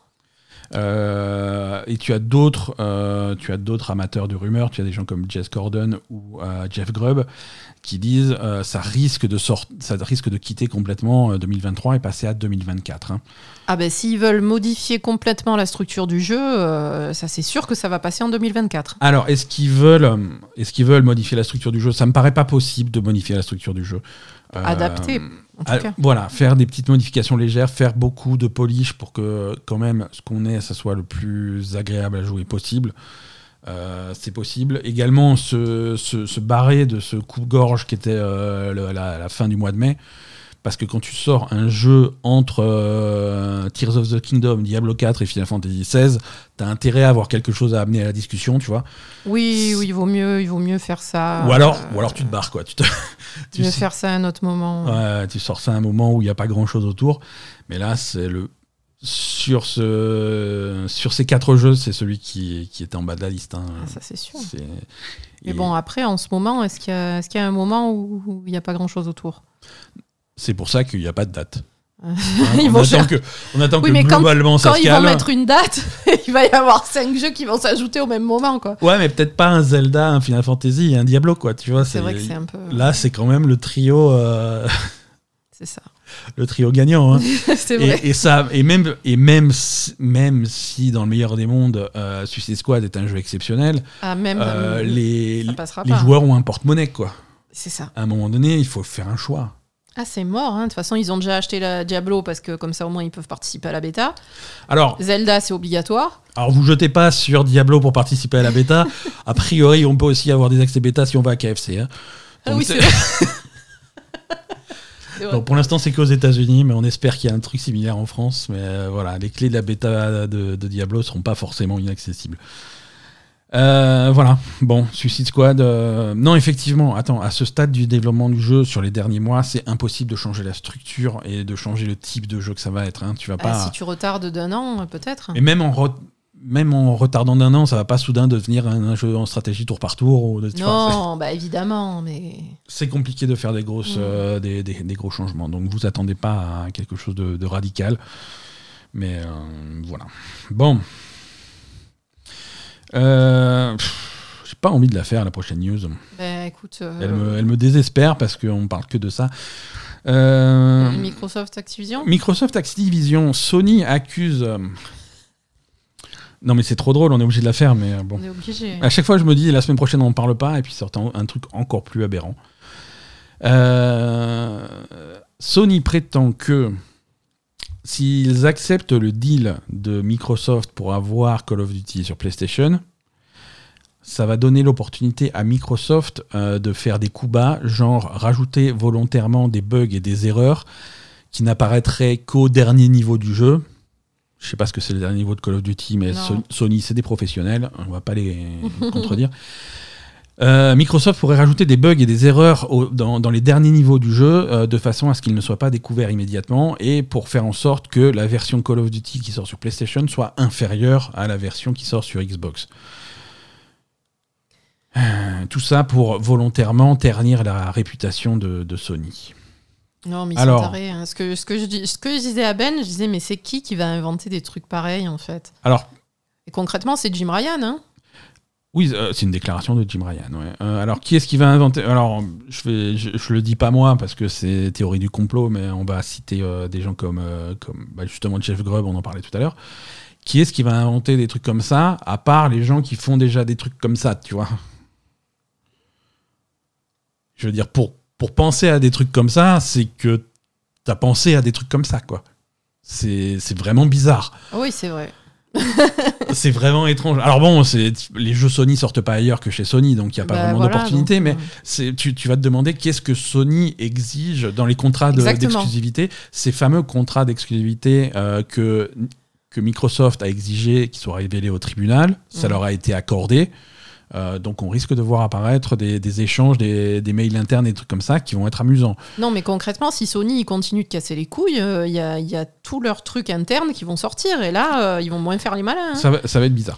Et tu as d'autres amateurs de rumeurs. Tu as des gens comme Jez Corden ou Jeff Grubb qui disent ça risque de quitter complètement 2023 et passer à 2024. Ah ben s'ils veulent modifier complètement la structure du jeu, ça c'est sûr que ça va passer en 2024. Alors est-ce qu'ils veulent modifier la structure du jeu? Ça me paraît pas possible de modifier la structure du jeu. Adapter. En tout cas. Voilà, faire des petites modifications légères, faire beaucoup de polish pour que quand même ce qu'on ait, ça soit le plus agréable à jouer possible. C'est possible. Également se barrer de ce coupe-gorge qui était la fin du mois de mai. Parce que quand tu sors un jeu entre Tears of the Kingdom, Diablo 4 et Final Fantasy XVI, t'as intérêt à avoir quelque chose à amener à la discussion, tu vois. Oui, il vaut mieux faire ça. Ou alors tu te barres, quoi. Tu veux faire ça à un autre moment. Ouais, tu sors ça à un moment où il n'y a pas grand-chose autour. Mais là, c'est sur ces 4 jeux, c'est celui qui était en bas de la liste. Ça, c'est sûr. Mais bon, après, en ce moment, est-ce qu'il y a un moment où il n'y a pas grand-chose autour? C'est pour ça qu'il n'y a pas de date. On attend que mais globalement ça se calme. Quand ils vont mettre une date, il va y avoir 5 jeux qui vont s'ajouter au même moment, quoi. Ouais, mais peut-être pas un Zelda, un Final Fantasy et un Diablo, quoi. Tu vois, c'est vrai que c'est un peu... Là, c'est quand même le trio... C'est ça. Le trio gagnant. C'est vrai. Et même si dans le meilleur des mondes, Suicide Squad est un jeu exceptionnel, les joueurs ont un porte-monnaie, quoi. C'est ça. À un moment donné, il faut faire un choix. Ah, c'est mort, de toute façon, ils ont déjà acheté la Diablo parce que comme ça, au moins, ils peuvent participer à la bêta. Alors, Zelda, c'est obligatoire. Alors, vous jetez pas sur Diablo pour participer à la bêta. A priori, on peut aussi avoir des accès bêta si on va à KFC. Donc, oui, c'est vrai. Donc, pour l'instant, c'est qu'aux États-Unis, mais on espère qu'il y a un truc similaire en France. Mais voilà, les clés de la bêta de Diablo seront pas forcément inaccessibles. Voilà, bon, Suicide Squad. Non, effectivement, attends, à ce stade du développement du jeu, sur les derniers mois, c'est impossible de changer la structure et de changer le type de jeu que ça va être. Tu vas pas... Si tu retardes d'un an, peut-être. Mais même en retardant d'un an, ça va pas soudain devenir un jeu en stratégie tour par tour. Non, évidemment, mais... C'est compliqué de faire des gros changements, donc vous attendez pas à quelque chose de radical. Mais voilà. Bon. J'ai pas envie de la faire, la prochaine news. Écoute, elle me désespère parce qu'on parle que de ça. Microsoft Activision, Sony accuse... Non mais c'est trop drôle, on est obligé de la faire, mais bon. On est obligé. À chaque fois je me dis la semaine prochaine on en parle pas, et puis sort un truc encore plus aberrant. Sony prétend que s'ils acceptent le deal de Microsoft pour avoir Call of Duty sur PlayStation, ça va donner l'opportunité à Microsoft de faire des coups bas, genre rajouter volontairement des bugs et des erreurs qui n'apparaîtrait qu'au dernier niveau du jeu. Je sais pas ce que c'est le dernier niveau de Call of Duty, mais Sony, c'est des professionnels, on va pas les contredire. Microsoft pourrait rajouter des bugs et des erreurs dans les derniers niveaux du jeu de façon à ce qu'ils ne soient pas découverts immédiatement et pour faire en sorte que la version Call of Duty qui sort sur PlayStation soit inférieure à la version qui sort sur Xbox. Tout ça pour volontairement ternir la réputation de Sony. Non, mais ils sont tarés. Hein. Ce que je disais à Ben, je disais, mais c'est qui va inventer des trucs pareils, en fait ? Et concrètement, c'est Jim Ryan, hein ? Oui, c'est une déclaration de Jim Ryan. Ouais. Alors, qui est-ce qui va inventer ? Alors, je le dis pas moi, parce que c'est théorie du complot, mais on va citer des gens comme justement Jeff Grubb, on en parlait tout à l'heure. Qui est-ce qui va inventer des trucs comme ça, à part les gens qui font déjà des trucs comme ça, tu vois ? Je veux dire, pour penser à des trucs comme ça, c'est que t'as pensé à des trucs comme ça, quoi. C'est vraiment bizarre. Oui, c'est vrai. C'est vraiment étrange. Alors bon, les jeux Sony sortent pas ailleurs que chez Sony, donc il n'y a pas vraiment d'opportunité, mais tu vas te demander qu'est-ce que Sony exige dans les contrats d'exclusivité, ces fameux contrats d'exclusivité que Microsoft a exigé, qui soient révélés au tribunal, ça leur a été accordé. Donc on risque de voir apparaître des échanges, des mails internes, des trucs comme ça qui vont être amusants. Non, mais concrètement, si Sony continue de casser les couilles, il y a tous leurs trucs internes qui vont sortir et là, ils vont moins faire les malins. Hein. Ça va être bizarre.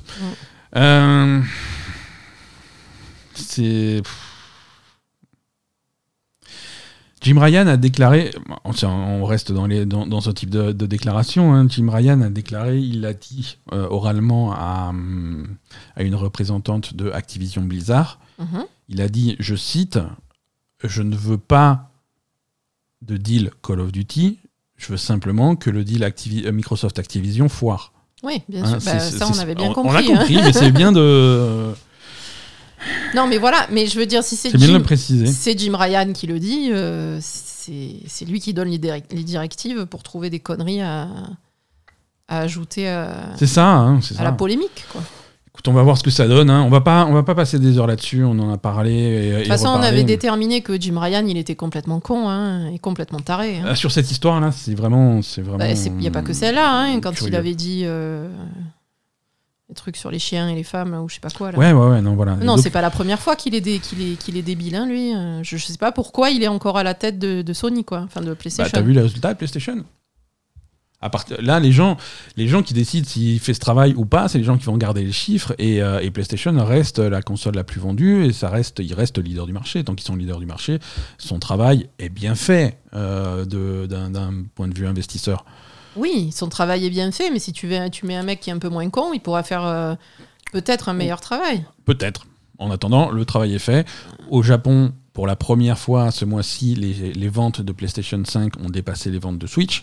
Jim Ryan a déclaré, on reste dans ce type de déclaration, hein. Jim Ryan a déclaré, il l'a dit oralement à une représentante de Activision Blizzard, il a dit, je cite, « Je ne veux pas de deal Call of Duty, je veux simplement que le deal Microsoft Activision foire. » Oui, bien sûr, ça on avait bien compris. On l'a compris, mais c'est bien de... Non, mais voilà, mais je veux dire, si c'est Jim Ryan qui le dit, c'est lui qui donne les directives pour trouver des conneries à ajouter à la polémique, quoi. Écoute, on va voir ce que ça donne. Hein. On va pas passer des heures là-dessus. On en a parlé. De toute façon, on avait déterminé que Jim Ryan, il était complètement con, hein, et complètement taré. Hein. Sur cette histoire-là, c'est vraiment. Il n'y a pas que celle-là. Hein, quand il avait dit les trucs sur les chiens et les femmes, ou je sais pas quoi. Là. Ouais, non, voilà. Non, c'est pas la première fois qu'il est débile, hein, lui. Je sais pas pourquoi il est encore à la tête de Sony, quoi. Enfin, de PlayStation. T'as vu les résultats de PlayStation ? Là, les gens qui décident s'il fait ce travail ou pas, c'est les gens qui vont garder les chiffres et PlayStation reste la console la plus vendue et il reste leader du marché. Tant qu'ils sont leader du marché, son travail est bien fait d'un point de vue investisseur. Oui, son travail est bien fait, mais si tu mets un mec qui est un peu moins con, il pourra faire peut-être un meilleur travail. Peut-être. En attendant, le travail est fait. Au Japon, pour la première fois ce mois-ci, les ventes de PlayStation 5 ont dépassé les ventes de Switch.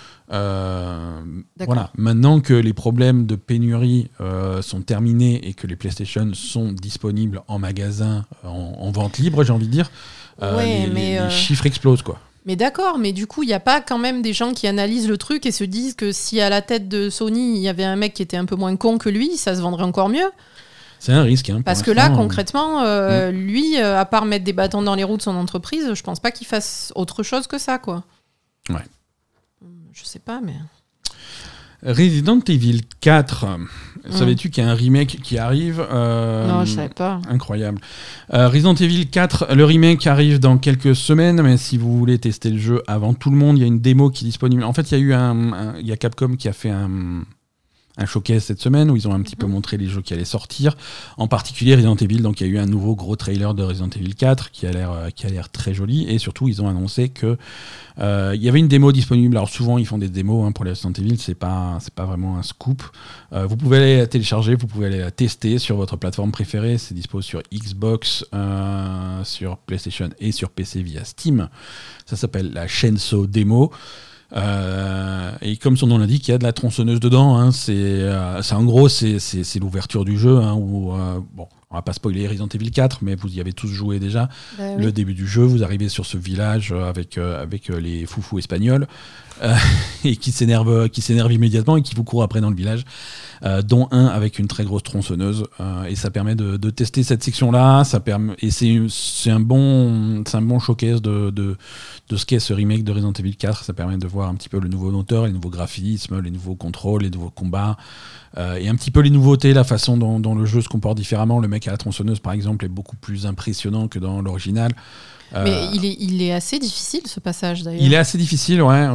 Voilà. Maintenant que les problèmes de pénurie sont terminés et que les PlayStation sont disponibles en magasin, en vente libre, j'ai envie de dire, les chiffres explosent, quoi. Mais d'accord, mais du coup, il n'y a pas quand même des gens qui analysent le truc et se disent que si à la tête de Sony, il y avait un mec qui était un peu moins con que lui, ça se vendrait encore mieux. C'est un risque. Hein, parce que là, concrètement, lui, à part mettre des bâtons dans les roues de son entreprise, je pense pas qu'il fasse autre chose que ça, quoi. Ouais. Je sais pas, mais... Resident Evil 4, savais-tu qu'il y a un remake qui arrive Non, je savais pas. Incroyable. Resident Evil 4, le remake arrive dans quelques semaines, mais si vous voulez tester le jeu avant tout le monde, il y a une démo qui est disponible. En fait, il y a Capcom qui a fait un showcase cette semaine où ils ont un petit peu montré les jeux qui allaient sortir, en particulier Resident Evil. Donc il y a eu un nouveau gros trailer de Resident Evil 4 qui a l'air très joli, et surtout ils ont annoncé que il y avait une démo disponible. Alors souvent ils font des démos pour les Resident Evil, c'est pas vraiment un scoop. Vous pouvez aller la télécharger, vous pouvez aller la tester sur votre plateforme préférée. C'est dispo sur Xbox, sur PlayStation et sur PC via Steam. Ça s'appelle la Shenso Demo. Et comme son nom l'indique, il y a de la tronçonneuse dedans. Hein. C'est en gros c'est l'ouverture du jeu. Hein, où, bon, on va pas spoiler Resident Evil 4, mais vous y avez tous joué déjà. Oui. Le début du jeu, vous arrivez sur ce village avec les foufous espagnols et qui s'énervent immédiatement et qui vous courent après dans le village. dont un avec une très grosse tronçonneuse. Et ça permet de tester cette section-là. Et c'est un bon showcase de ce qu'est ce remake de Resident Evil 4. Ça permet de voir un petit peu le nouveau moteur, les nouveaux graphismes, les nouveaux contrôles, les nouveaux combats. Et un petit peu les nouveautés, la façon dont le jeu se comporte différemment. Le mec à la tronçonneuse, par exemple, est beaucoup plus impressionnant que dans l'original. Mais il est assez difficile, ce passage, d'ailleurs. Il est assez difficile, ouais.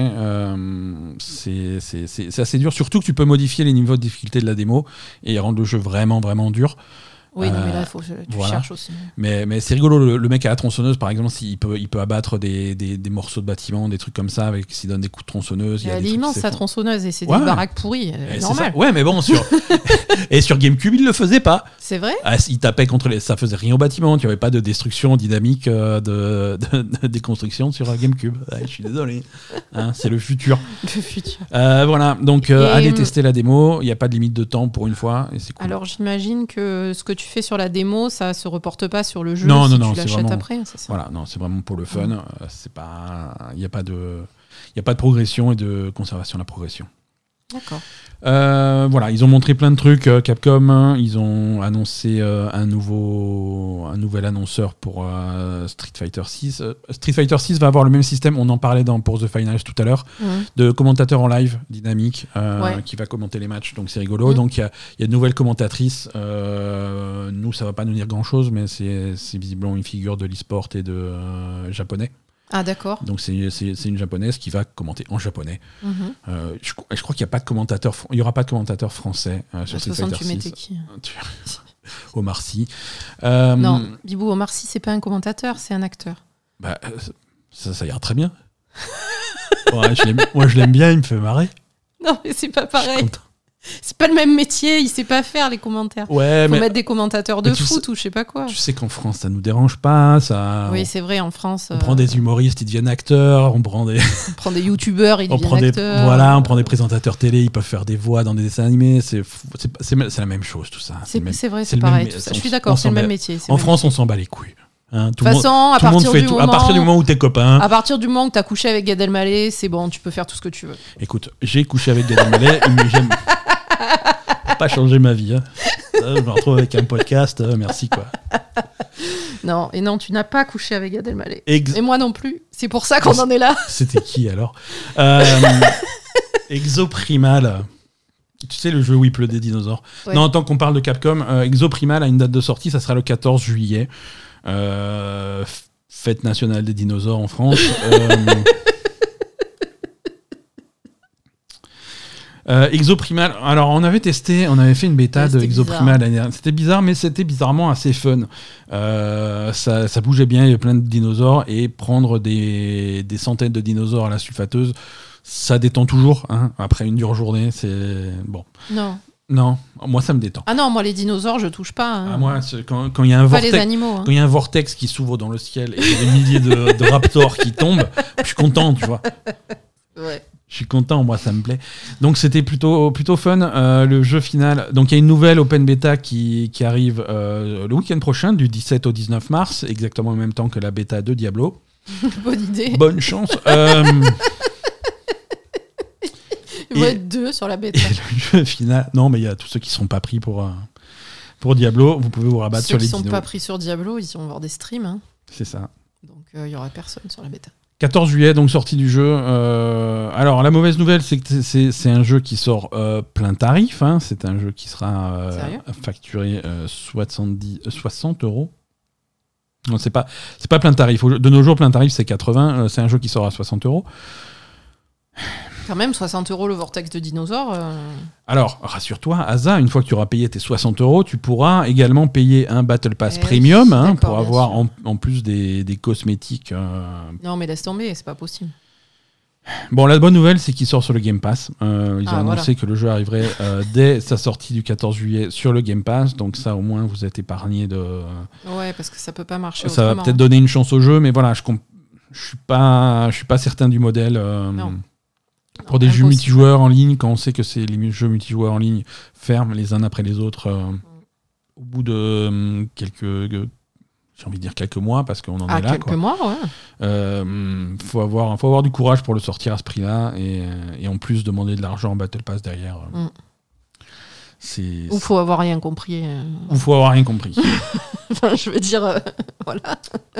C'est assez dur, surtout que tu peux modifier les niveaux de difficulté de la démo et rendre le jeu vraiment, vraiment dur. Oui, non, mais là, tu cherches aussi. Mais c'est rigolo, le mec à la tronçonneuse, par exemple, il peut abattre des morceaux de bâtiments, des trucs comme ça, s'il donne des coups de tronçonneuse. Elle est immense, sa tronçonneuse, et c'est des baraques pourries. Normal. Ouais, mais bon, et sur GameCube, il le faisait pas. C'est vrai. Il tapait ça faisait rien au bâtiment, tu avais pas de destruction dynamique de déconstruction sur GameCube. Ouais, je suis désolé. C'est le futur. Le futur. Voilà, donc allez tester la démo, il n'y a pas de limite de temps pour une fois, et c'est cool. Alors j'imagine que ce que tu fais sur la démo, ça se reporte pas sur le jeu non, tu l'achètes vraiment... après, c'est ça. Voilà, non, c'est vraiment pour le fun. C'est pas, il n'y a pas de progression et de conservation de la progression. D'accord. Voilà, ils ont montré plein de trucs. Capcom, ils ont annoncé un nouvel annonceur pour Street Fighter 6. Street Fighter 6 va avoir le même système. On en parlait pour The Finals tout à l'heure, de commentateur en live dynamique qui va commenter les matchs. Donc c'est rigolo. Donc il y a de nouvelles commentatrices. Nous, ça va pas nous dire grand chose, mais c'est visiblement une figure de l'e-sport et de japonais. Ah d'accord. Donc c'est une japonaise qui va commenter en japonais. Je crois qu'il n'y a pas de commentateur, il y aura pas de commentateur français sur Street Fighter 6. Tu mettais qui Omar Sy. Non, Bibou, Omar Sy, c'est pas un commentateur, c'est un acteur. Bah, ça ira très bien. Moi je l'aime bien, il me fait marrer. Non mais c'est pas pareil. C'est pas le même métier, il sait pas faire les commentaires. Ouais, faut mettre des commentateurs de foot ou je sais pas quoi. Tu sais qu'en France, ça nous dérange pas. Oui, c'est vrai, en France. On prend des humoristes, ils deviennent acteurs. On prend des youtubeurs, ils deviennent acteurs. Voilà, on prend des présentateurs télé, ils peuvent faire des voix dans des dessins animés. C'est la même chose, tout ça. C'est vrai, c'est pareil. Tout ça. Je suis d'accord, c'est le même métier. En France, on s'en bat les couilles. De toute façon, à partir du moment où t'es copain. À partir du moment où t'as couché avec Gad Elmaleh, c'est bon, tu peux faire tout ce que tu veux. Écoute, j'ai couché avec Gad Elmaleh, mais j'aime pas changer ma vie. Je me retrouve avec un podcast, merci quoi. Non, tu n'as pas couché avec Gad Elmaleh. Et moi non plus. C'est pour ça qu'on en est là. C'était qui alors Exoprimal. Tu sais, le jeu où il pleut des dinosaures. Ouais. Non, tant qu'on parle de Capcom, Exoprimal a une date de sortie, ça sera le 14 juillet. Fête nationale des dinosaures en France. Exoprimal, alors on avait testé, on avait fait une bêta de Exoprimal l'année dernière. C'était bizarre, mais c'était bizarrement assez fun. Ça bougeait bien, il y avait plein de dinosaures, et prendre des centaines de dinosaures à la sulfateuse, ça détend toujours. Après une dure journée, c'est bon. Non, moi ça me détend. Ah non, moi les dinosaures, je touche pas. Moi, quand il y a un vortex, les animaux, quand il y a un vortex qui s'ouvre dans le ciel et il y a des milliers de raptors qui tombent, je suis content, tu vois. Ouais. Je suis content, moi ça me plaît. Donc c'était plutôt fun. Le jeu final, donc il y a une nouvelle open beta qui arrive le week-end prochain, du 17 au 19 mars, exactement en même temps que la bêta de Diablo. Bonne idée. Bonne chance. Il va être 2 sur la bêta. Et le jeu final, non mais il y a tous ceux qui ne sont pas pris pour Diablo, vous pouvez vous rabattre sur les dinos. Ceux qui ne sont pas pris sur Diablo, ils vont avoir des streams. C'est ça. Donc il n'y aura personne sur la bêta. 14 juillet, donc sortie du jeu. Alors, la mauvaise nouvelle, c'est que c'est un jeu qui sort plein tarif. C'est un jeu qui sera facturé 60 €. Non, c'est pas plein tarif. De nos jours, plein tarif, c'est 80. C'est un jeu qui sort à 60 €. Quand même, 60 € le vortex de dinosaures. Alors, rassure-toi, Asa, une fois que tu auras payé tes 60 €, tu pourras également payer un Battle Pass Premium pour avoir en plus des cosmétiques. Non, mais laisse tomber, c'est pas possible. Bon, la bonne nouvelle, c'est qu'il sort sur le Game Pass. Ils ont annoncé que le jeu arriverait dès sa sortie du 14 juillet sur le Game Pass. Donc ça, au moins, vous êtes épargné de... Ouais, parce que ça peut pas marcher ça autrement. Ça va peut-être donner une chance au jeu, mais voilà, je suis pas certain du modèle. Non. Pour des jeux multijoueurs en ligne, quand on sait que les jeux multijoueurs en ligne ferment les uns après les autres au bout de quelques mois, parce qu'on en est là. Quelques mois, ouais. Faut avoir du courage pour le sortir à ce prix-là, et en plus demander de l'argent en Battle Pass derrière. Ou faut avoir rien compris. Ou faut avoir rien compris. Enfin, je veux dire, voilà.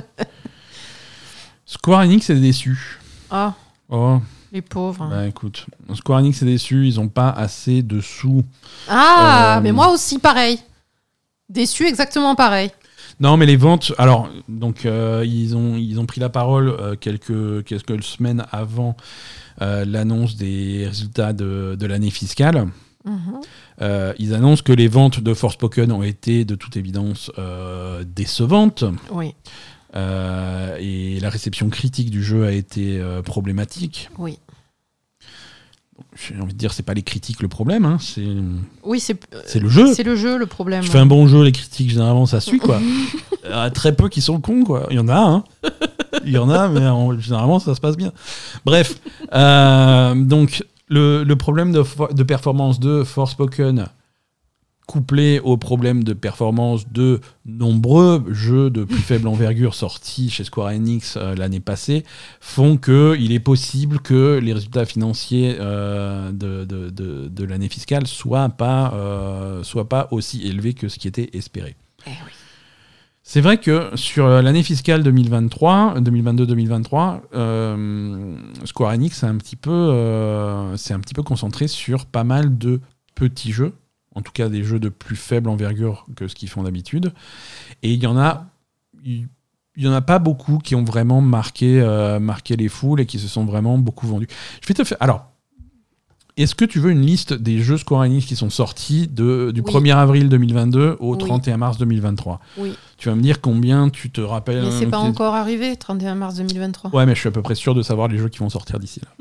Square Enix est déçu. Ah. Oh. Les pauvres. Bah écoute, Square Enix est déçu, ils ont pas assez de sous. Ah, mais moi aussi pareil. Déçu, exactement pareil. Non, mais les ventes. Alors, donc ils ont pris la parole quelques semaines avant l'annonce des résultats de l'année fiscale. Ils annoncent que les ventes de Forspoken ont été de toute évidence décevantes. Oui. Et la réception critique du jeu a été problématique. Oui. J'ai envie de dire, c'est pas les critiques le problème, hein, c'est le jeu. C'est le jeu le problème. Tu fais un bon jeu, les critiques généralement ça suit quoi. Il y a très peu qui sont cons quoi. Il y en a, hein. Il y en a, mais généralement ça se passe bien. Bref, donc le problème de performance de Forspoken couplé au problème de performance de nombreux jeux de plus faible envergure sortis chez Square Enix l'année passée, font qu'il est possible que les résultats financiers de l'année fiscale soient pas aussi élevés que ce qui était espéré. Eh oui. C'est vrai que sur l'année fiscale 2022-2023, Square Enix s'est un petit peu concentré sur pas mal de petits jeux, en tout cas des jeux de plus faible envergure que ce qu'ils font d'habitude. Et il y en a pas beaucoup qui ont vraiment marqué les foules et qui se sont vraiment beaucoup vendus. Je vais te faire... Alors, est-ce que tu veux une liste des jeux Square Enix qui sont sortis du 1er avril 2022 au 31 mars 2023 ? Oui. Tu vas me dire combien tu te rappelles... Mais c'est pas encore arrivé, 31 mars 2023. Ouais, mais je suis à peu près sûr de savoir les jeux qui vont sortir d'ici là.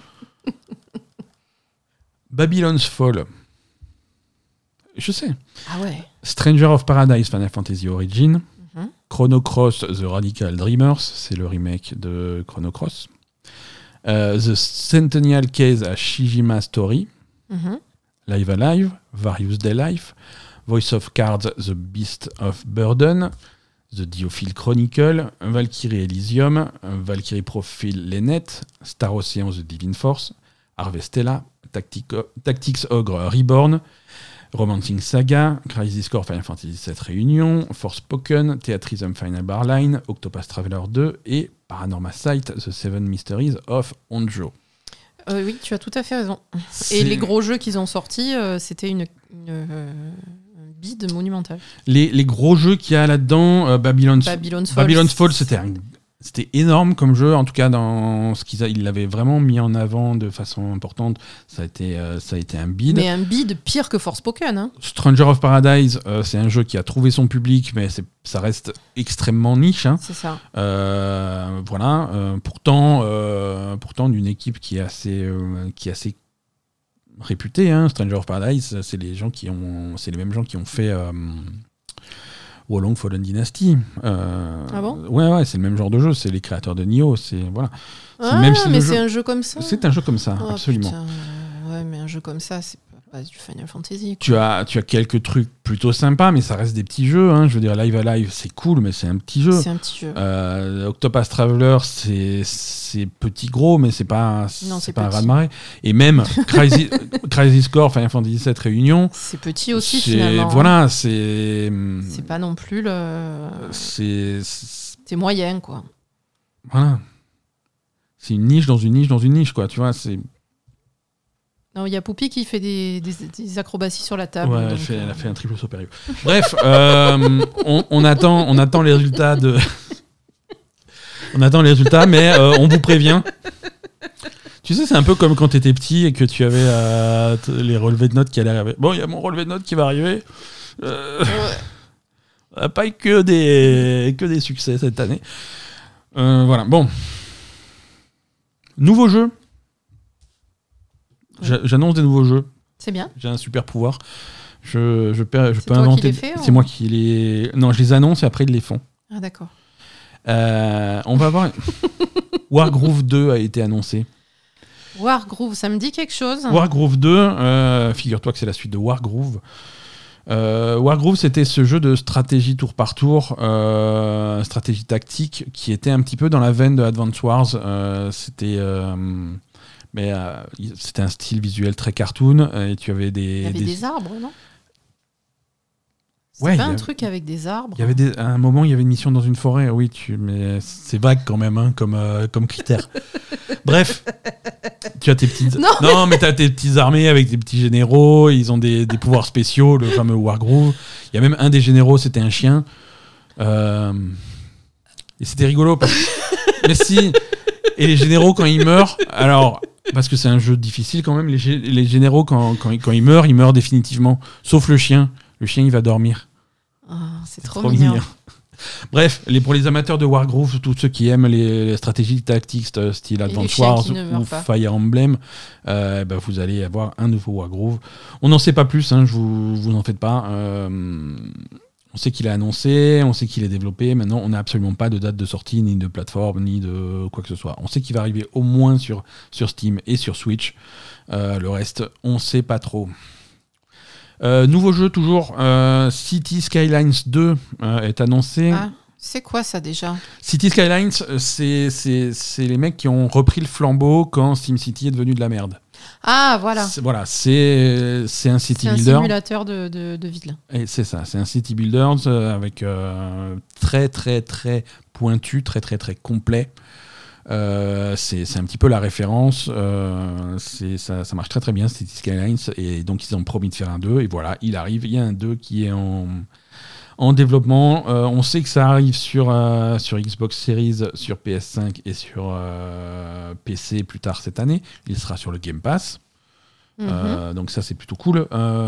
Babylon's Fall. Je sais. Ah ouais. Stranger of Paradise Final Fantasy Origin. Chrono Cross The Radical Dreamers, c'est le remake de Chrono Cross. The Centennial Case à Shijima Story. Live Alive, Various Day Life, Voice of Cards The Beast of Burden, The Diophile Chronicle, Valkyrie Elysium, Valkyrie Profile Lynette, Star Ocean The Divine Force, Harvestella, Tactics Ogre Reborn, Romancing Saga, Crisis Core Final Fantasy VII Réunion, Forspoken, Theatrism Final Bar Line, Octopath Traveler 2 et Paranormal Sight, The Seven Mysteries of Honjo. Oui, tu as tout à fait raison. Et les gros jeux qu'ils ont sortis, c'était une bide monumentale. Les gros jeux qu'il y a là-dedans, Babylon's Fall, c'était énorme comme jeu, en tout cas dans ce ils l'avaient vraiment mis en avant de façon importante. Ça a été un bide. Mais un bide pire que Forspoken. Hein. Stranger of Paradise, c'est un jeu qui a trouvé son public, mais ça reste extrêmement niche. Hein. C'est ça. Voilà. Pourtant d'une équipe qui est assez réputée. Hein. Stranger of Paradise, c'est les mêmes gens qui ont fait Wolong Fallen Dynasty. Ah bon ? Ouais, c'est le même genre de jeu. C'est les créateurs de Nioh. Voilà. C'est un jeu comme ça. C'est un jeu comme ça, absolument. Putain. Ouais, mais un jeu comme ça, c'est pas du Final Fantasy. Tu as quelques trucs plutôt sympas, mais ça reste des petits jeux. Hein. Je veux dire, Live Alive, c'est cool, mais c'est un petit jeu. C'est un petit jeu. Octopath Traveler, c'est petit gros, mais c'est pas un raz-de-marée. Et même Crisis Core, Final Fantasy VII Réunion. C'est petit aussi, finalement. Voilà, c'est pas non plus c'est moyen, quoi. Voilà. C'est une niche dans une niche dans une niche, quoi. Tu vois, c'est... Non, il y a Poupie qui fait des acrobaties sur la table. Ouais, elle a fait un triple saut périlleux. Bref, on attend les résultats de... On attend les résultats, mais on vous prévient. Tu sais, c'est un peu comme quand t'étais petit et que tu avais les relevés de notes qui allaient arriver. Bon, il y a mon relevé de notes qui va arriver. Pas que des succès cette année. Voilà, bon. Nouveau jeu. J'annonce des nouveaux jeux. C'est bien. J'ai un super pouvoir. Je peux toi inventer. Qui les fais, c'est moi qui les. Non, je les annonce et après ils les font. Ah d'accord. On va voir. Wargroove 2 a été annoncé. Wargroove, ça me dit quelque chose. Wargroove 2, figure-toi que c'est la suite de Wargroove. Wargroove, c'était ce jeu de stratégie tour par tour, stratégie tactique, qui était un petit peu dans la veine de Advance Wars. C'était Mais c'était un style visuel très cartoon et tu avais des. Il y avait des arbres, non? C'est Ouais, pas un truc avec des arbres. Il y avait à un moment, il y avait une mission dans une forêt. Oui, mais c'est vague quand même, hein, comme critère. Bref, tu as tes petites. Non, mais t'as tes petites armées avec des petits généraux. Ils ont des pouvoirs spéciaux, le fameux Wargroove. Il y a même un des généraux, c'était un chien. Et c'était rigolo parce que. Mais si. Et les généraux, quand ils meurent, alors. Parce que c'est un jeu difficile quand même, les généraux, quand ils meurent définitivement. Sauf le chien. Le chien, il va dormir. Oh, c'est trop mignon. Bref, pour les amateurs de Wargroove, tous ceux qui aiment les stratégies tactiques style Advance Wars ou Fire Emblem, vous allez avoir un nouveau Wargroove. On n'en sait pas plus, hein, vous en faites pas. On sait qu'il est annoncé, on sait qu'il est développé. Maintenant, on n'a absolument pas de date de sortie, ni de plateforme, ni de quoi que ce soit. On sait qu'il va arriver au moins sur Steam et sur Switch. Le reste, on ne sait pas trop. Nouveau jeu toujours, City Skylines 2 est annoncé. Ah, c'est quoi ça déjà? City Skylines, c'est les mecs qui ont repris le flambeau quand SimCity est devenu de la merde. Ah, voilà. C'est un city builder. C'est un simulateur de ville. Et c'est ça, c'est un city builder avec très très très pointu, très très très complet. C'est un petit peu la référence. Ça marche très très bien, City Skylines, et donc ils ont promis de faire un 2, et voilà, il arrive. Il y a un 2 qui est en développement. On sait que ça arrive sur Xbox Series, sur PS5 et sur PC plus tard cette année. Il sera sur le Game Pass. Donc ça, c'est plutôt cool.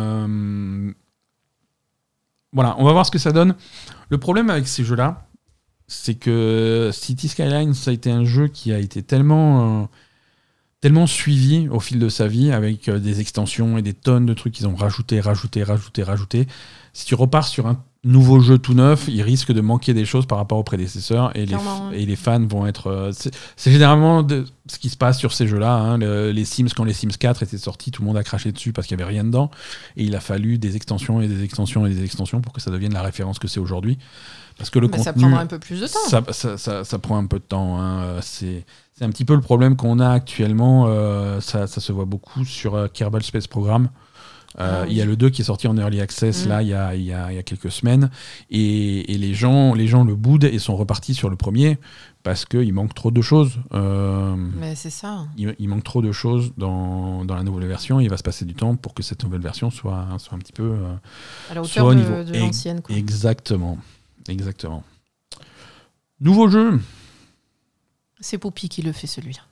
Voilà, on va voir ce que ça donne. Le problème avec ces jeux-là, c'est que City Skylines, ça a été un jeu qui a été tellement suivi au fil de sa vie, avec des extensions et des tonnes de trucs qu'ils ont rajouté. Si tu repars sur un nouveau jeu tout neuf, il risque de manquer des choses par rapport aux prédécesseurs, et les fans vont être... c'est généralement ce qui se passe sur ces jeux-là. Hein. Les Sims, quand les Sims 4 étaient sortis, tout le monde a craché dessus parce qu'il n'y avait rien dedans, et il a fallu des extensions et des extensions et des extensions pour que ça devienne la référence que c'est aujourd'hui. Parce que le contenu, ça prendra un peu plus de temps. Ça prend un peu de temps. Hein. C'est un petit peu le problème qu'on a actuellement. Ça se voit beaucoup sur Kerbal Space Program. Il y a le 2 qui est sorti en Early Access là, il y a quelques semaines. Et les gens le boudent et sont repartis sur le premier parce qu'il manque trop de choses. Mais c'est ça. Il manque trop de choses dans la nouvelle version. Il va se passer du temps pour que cette nouvelle version soit un petit peu... à la hauteur de l'ancienne. Quoi. Exactement. Nouveau jeu. C'est Poupy qui le fait, celui-là.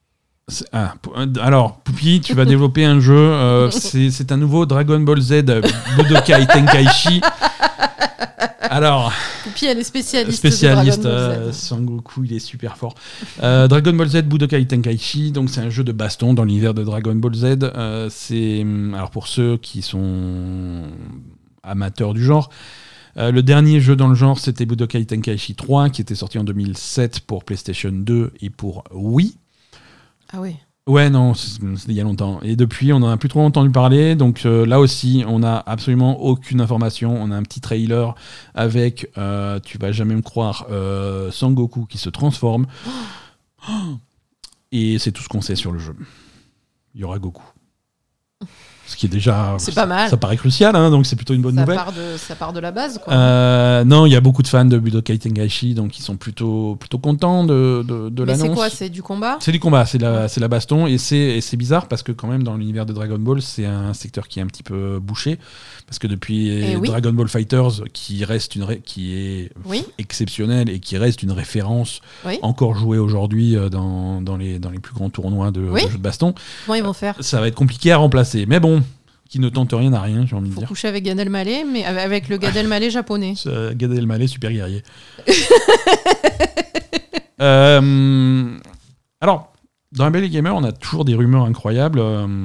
Alors, Poupy, tu vas développer un jeu. C'est un nouveau Dragon Ball Z Budokai Tenkaichi. Alors, Poupy, elle est spécialiste de Dragon Ball Z. Sangoku, il est super fort. Dragon Ball Z Budokai Tenkaichi, donc c'est un jeu de baston dans l'univers de Dragon Ball Z. Alors pour ceux qui sont amateurs du genre, le dernier jeu dans le genre, c'était Budokai Tenkaichi 3, qui était sorti en 2007 pour PlayStation 2 et pour Wii. Ah oui. Ouais, non, c'était il y a longtemps. Et depuis, on n'en a plus trop entendu parler. Donc là aussi, on n'a absolument aucune information. On a un petit trailer avec, tu vas jamais me croire, Sangoku qui se transforme. Et c'est tout ce qu'on sait sur le jeu. Il y aura Goku. Ce qui est déjà... C'est pas mal. Ça paraît crucial, hein, donc c'est plutôt une bonne nouvelle. Ça part de la base, quoi. Non, il y a beaucoup de fans de Budokai Tenkaichi, donc ils sont plutôt contents de l'annonce. Mais c'est quoi? C'est du combat? C'est du combat, c'est la baston, et c'est bizarre parce que quand même dans l'univers de Dragon Ball, c'est un secteur qui est un petit peu bouché, parce que depuis Dragon Ball Fighters, qui est exceptionnel et qui reste une référence encore jouée aujourd'hui dans les plus grands tournois de jeux de baston. Comment ils vont faire? Ça va être compliqué à remplacer, mais bon, qui ne tente rien à rien, j'ai envie de dire. Faut coucher avec Gad Elmaleh, mais avec le Gad Elmaleh japonais. Gad Elmaleh, super guerrier. Alors, dans la Belle Gamer, on a toujours des rumeurs incroyables.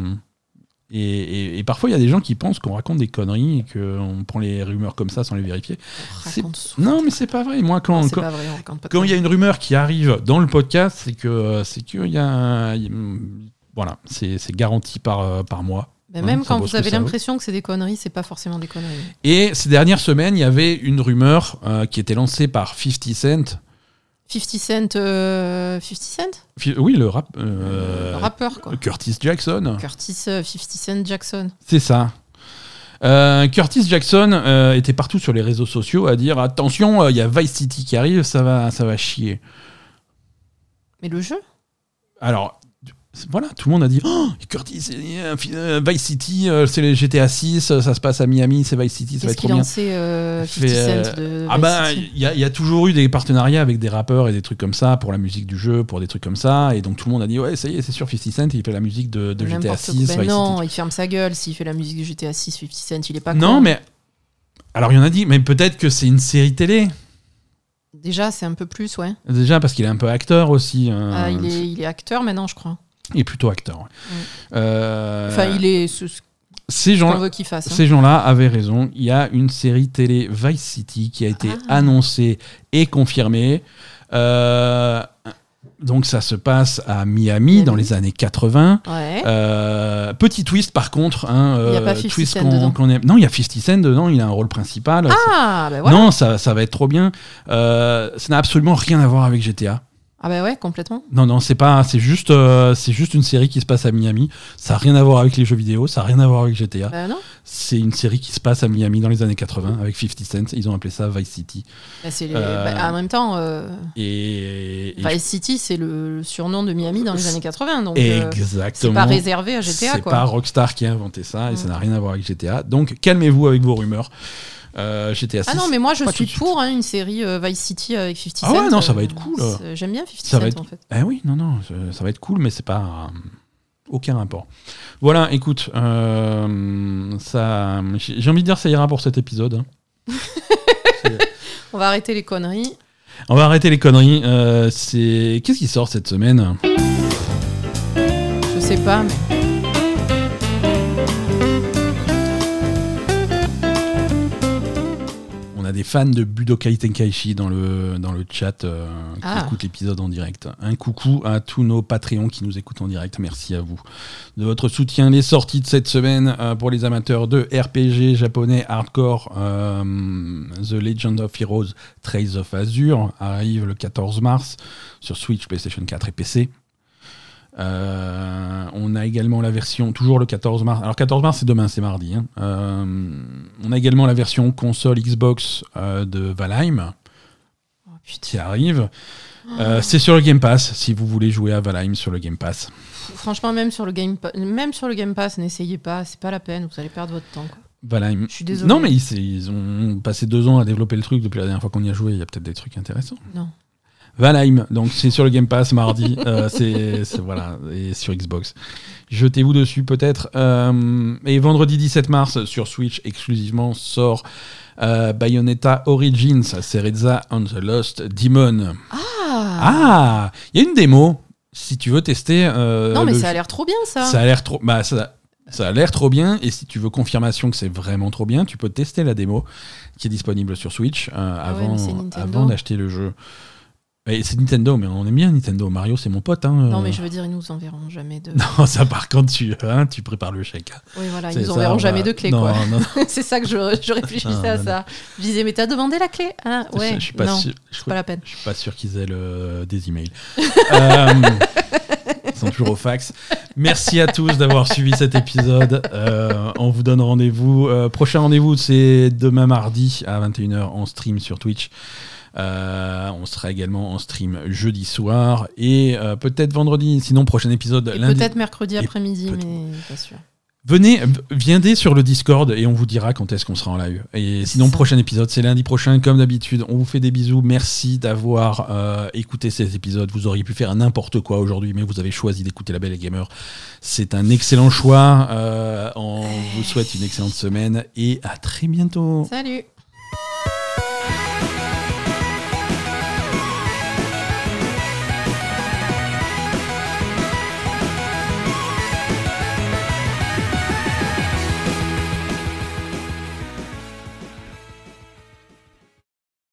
Et parfois, il y a des gens qui pensent qu'on raconte des conneries et qu'on prend les rumeurs comme ça sans les vérifier. Non, mais c'est pas vrai. Moi, quand il y a une rumeur qui arrive dans le podcast, c'est qu'il y a voilà, c'est garanti par moi. Mais même quand vous avez l'impression que c'est des conneries, c'est pas forcément des conneries. Et ces dernières semaines, il y avait une rumeur qui était lancée par 50 Cent. 50 Cent. 50 Cent Oui, le rappeur, quoi. Curtis Jackson. Curtis 50 Cent Jackson. C'est ça. Curtis Jackson était partout sur les réseaux sociaux à dire attention, il y a Vice City qui arrive, ça va chier. Mais le jeu ? Alors, voilà, tout le monde a dit Curtis, Vice City, c'est le GTA 6, ça se passe à Miami, c'est Vice City, ça va être trop bien. Qu'est-ce qu'il lancé 50 Cent de Vice City ? Il y a toujours eu des partenariats avec des rappeurs et des trucs comme ça pour la musique du jeu, pour des trucs comme ça, et donc tout le monde a dit ouais, ça y est, c'est sûr, 50 Cent, il fait la musique de GTA 6. Ben non, il ferme sa gueule s'il fait la musique de GTA 6, 50 Cent, il est pas con. Non, mais alors il y en a dit, mais peut-être que c'est une série télé. Déjà, c'est un peu plus, ouais. Déjà, parce qu'il est un peu acteur aussi. Il est acteur maintenant, je crois. Il est plutôt acteur, ouais. Enfin, il est ce qu'on veut qu'il fasse. Ces gens-là avaient raison. Il y a une série télé Vice City qui a été annoncée et confirmée. Donc ça se passe à Miami dans les années 80. Ouais. Petit twist par contre. Il n'y a pas 50 twist Cent dedans. Non, il y a 50 Cent dedans, il a un rôle principal. Ben voilà. Non, ça va être trop bien. Ça n'a absolument rien à voir avec GTA. Ah bah ouais, complètement. Non, c'est juste une série qui se passe à Miami. Ça n'a rien à voir avec les jeux vidéo, ça n'a rien à voir avec GTA. Bah non. C'est une série qui se passe à Miami dans les années 80 avec 50 Cent. Ils ont appelé ça Vice City. En même temps, Vice City, c'est le surnom de Miami dans les années 80. Donc, exactement. C'est pas réservé à GTA. C'est pas Rockstar qui a inventé ça et ça n'a rien à voir avec GTA. Donc calmez-vous avec vos rumeurs. GTA 6. Ah non, mais moi je suis pour une série Vice City avec 50 Cent. Ah ouais, non, ça va être cool. J'aime bien 50 Cent en fait. Eh oui, non, ça va être cool, mais c'est pas aucun rapport. Voilà, écoute, ça, j'ai envie de dire ça ira pour cet épisode. On va arrêter les conneries. Qu'est-ce qui sort cette semaine ? Je sais pas, mais. On a des fans de Budokai Tenkaichi dans le chat qui écoutent l'épisode en direct. Un coucou à tous nos Patreons qui nous écoutent en direct. Merci à vous de votre soutien. Les sorties de cette semaine pour les amateurs de RPG japonais hardcore, The Legend of Heroes Trails of Azure arrive le 14 mars sur Switch, PlayStation 4 et PC. On a également la version, toujours le 14 mars. Alors 14 mars c'est demain, c'est mardi. On a également la version console Xbox de Valheim qui arrive. C'est sur le Game Pass si vous voulez jouer à Valheim sur le Game Pass. Franchement, même sur le Game Pass, n'essayez pas, c'est pas la peine, vous allez perdre votre temps, quoi. Valheim. Je suis désolé. Non mais ils ont passé 2 ans à développer le truc depuis la dernière fois qu'on y a joué. Il y a peut-être des trucs intéressants. Non. Valheim, donc c'est sur le Game Pass mardi, voilà, et sur Xbox. Jetez-vous dessus peut-être. Et vendredi 17 mars sur Switch exclusivement sort Bayonetta Origins, Cereza and the Lost Demon. Il y a une démo si tu veux tester. Non mais ça a l'air trop bien ça. Ça a l'air trop. Ça a l'air trop bien, et si tu veux confirmation que c'est vraiment trop bien, tu peux tester la démo qui est disponible sur Switch avant d'acheter le jeu. Et c'est Nintendo, mais on aime bien Nintendo. Mario, c'est mon pote. Non, mais je veux dire, ils nous enverront jamais de. Non, ça par contre, tu prépares le chèque. Oui, voilà, ils nous enverront jamais de clé, non, quoi. Non. C'est ça que je réfléchissais à ça. Je disais, mais t'as demandé la clé ? Ouais, je suis pas sûr. C'est pas la peine. Je suis pas sûr qu'ils aient des emails. Ils sont toujours au fax. Merci à tous d'avoir suivi cet épisode. On vous donne rendez-vous. Prochain rendez-vous, c'est demain mardi à 21h en stream sur Twitch. On sera également en stream jeudi soir et peut-être vendredi, sinon prochain épisode lundi. Peut-être mercredi après-midi, mais pas sûr. Viendez sur le Discord et on vous dira quand est-ce qu'on sera en live. Et sinon, prochain épisode, c'est lundi prochain, comme d'habitude. On vous fait des bisous. Merci d'avoir écouté ces épisodes. Vous auriez pu faire n'importe quoi aujourd'hui, mais vous avez choisi d'écouter La Belle et Gamer. C'est un excellent choix. On vous souhaite une excellente semaine et à très bientôt. Salut!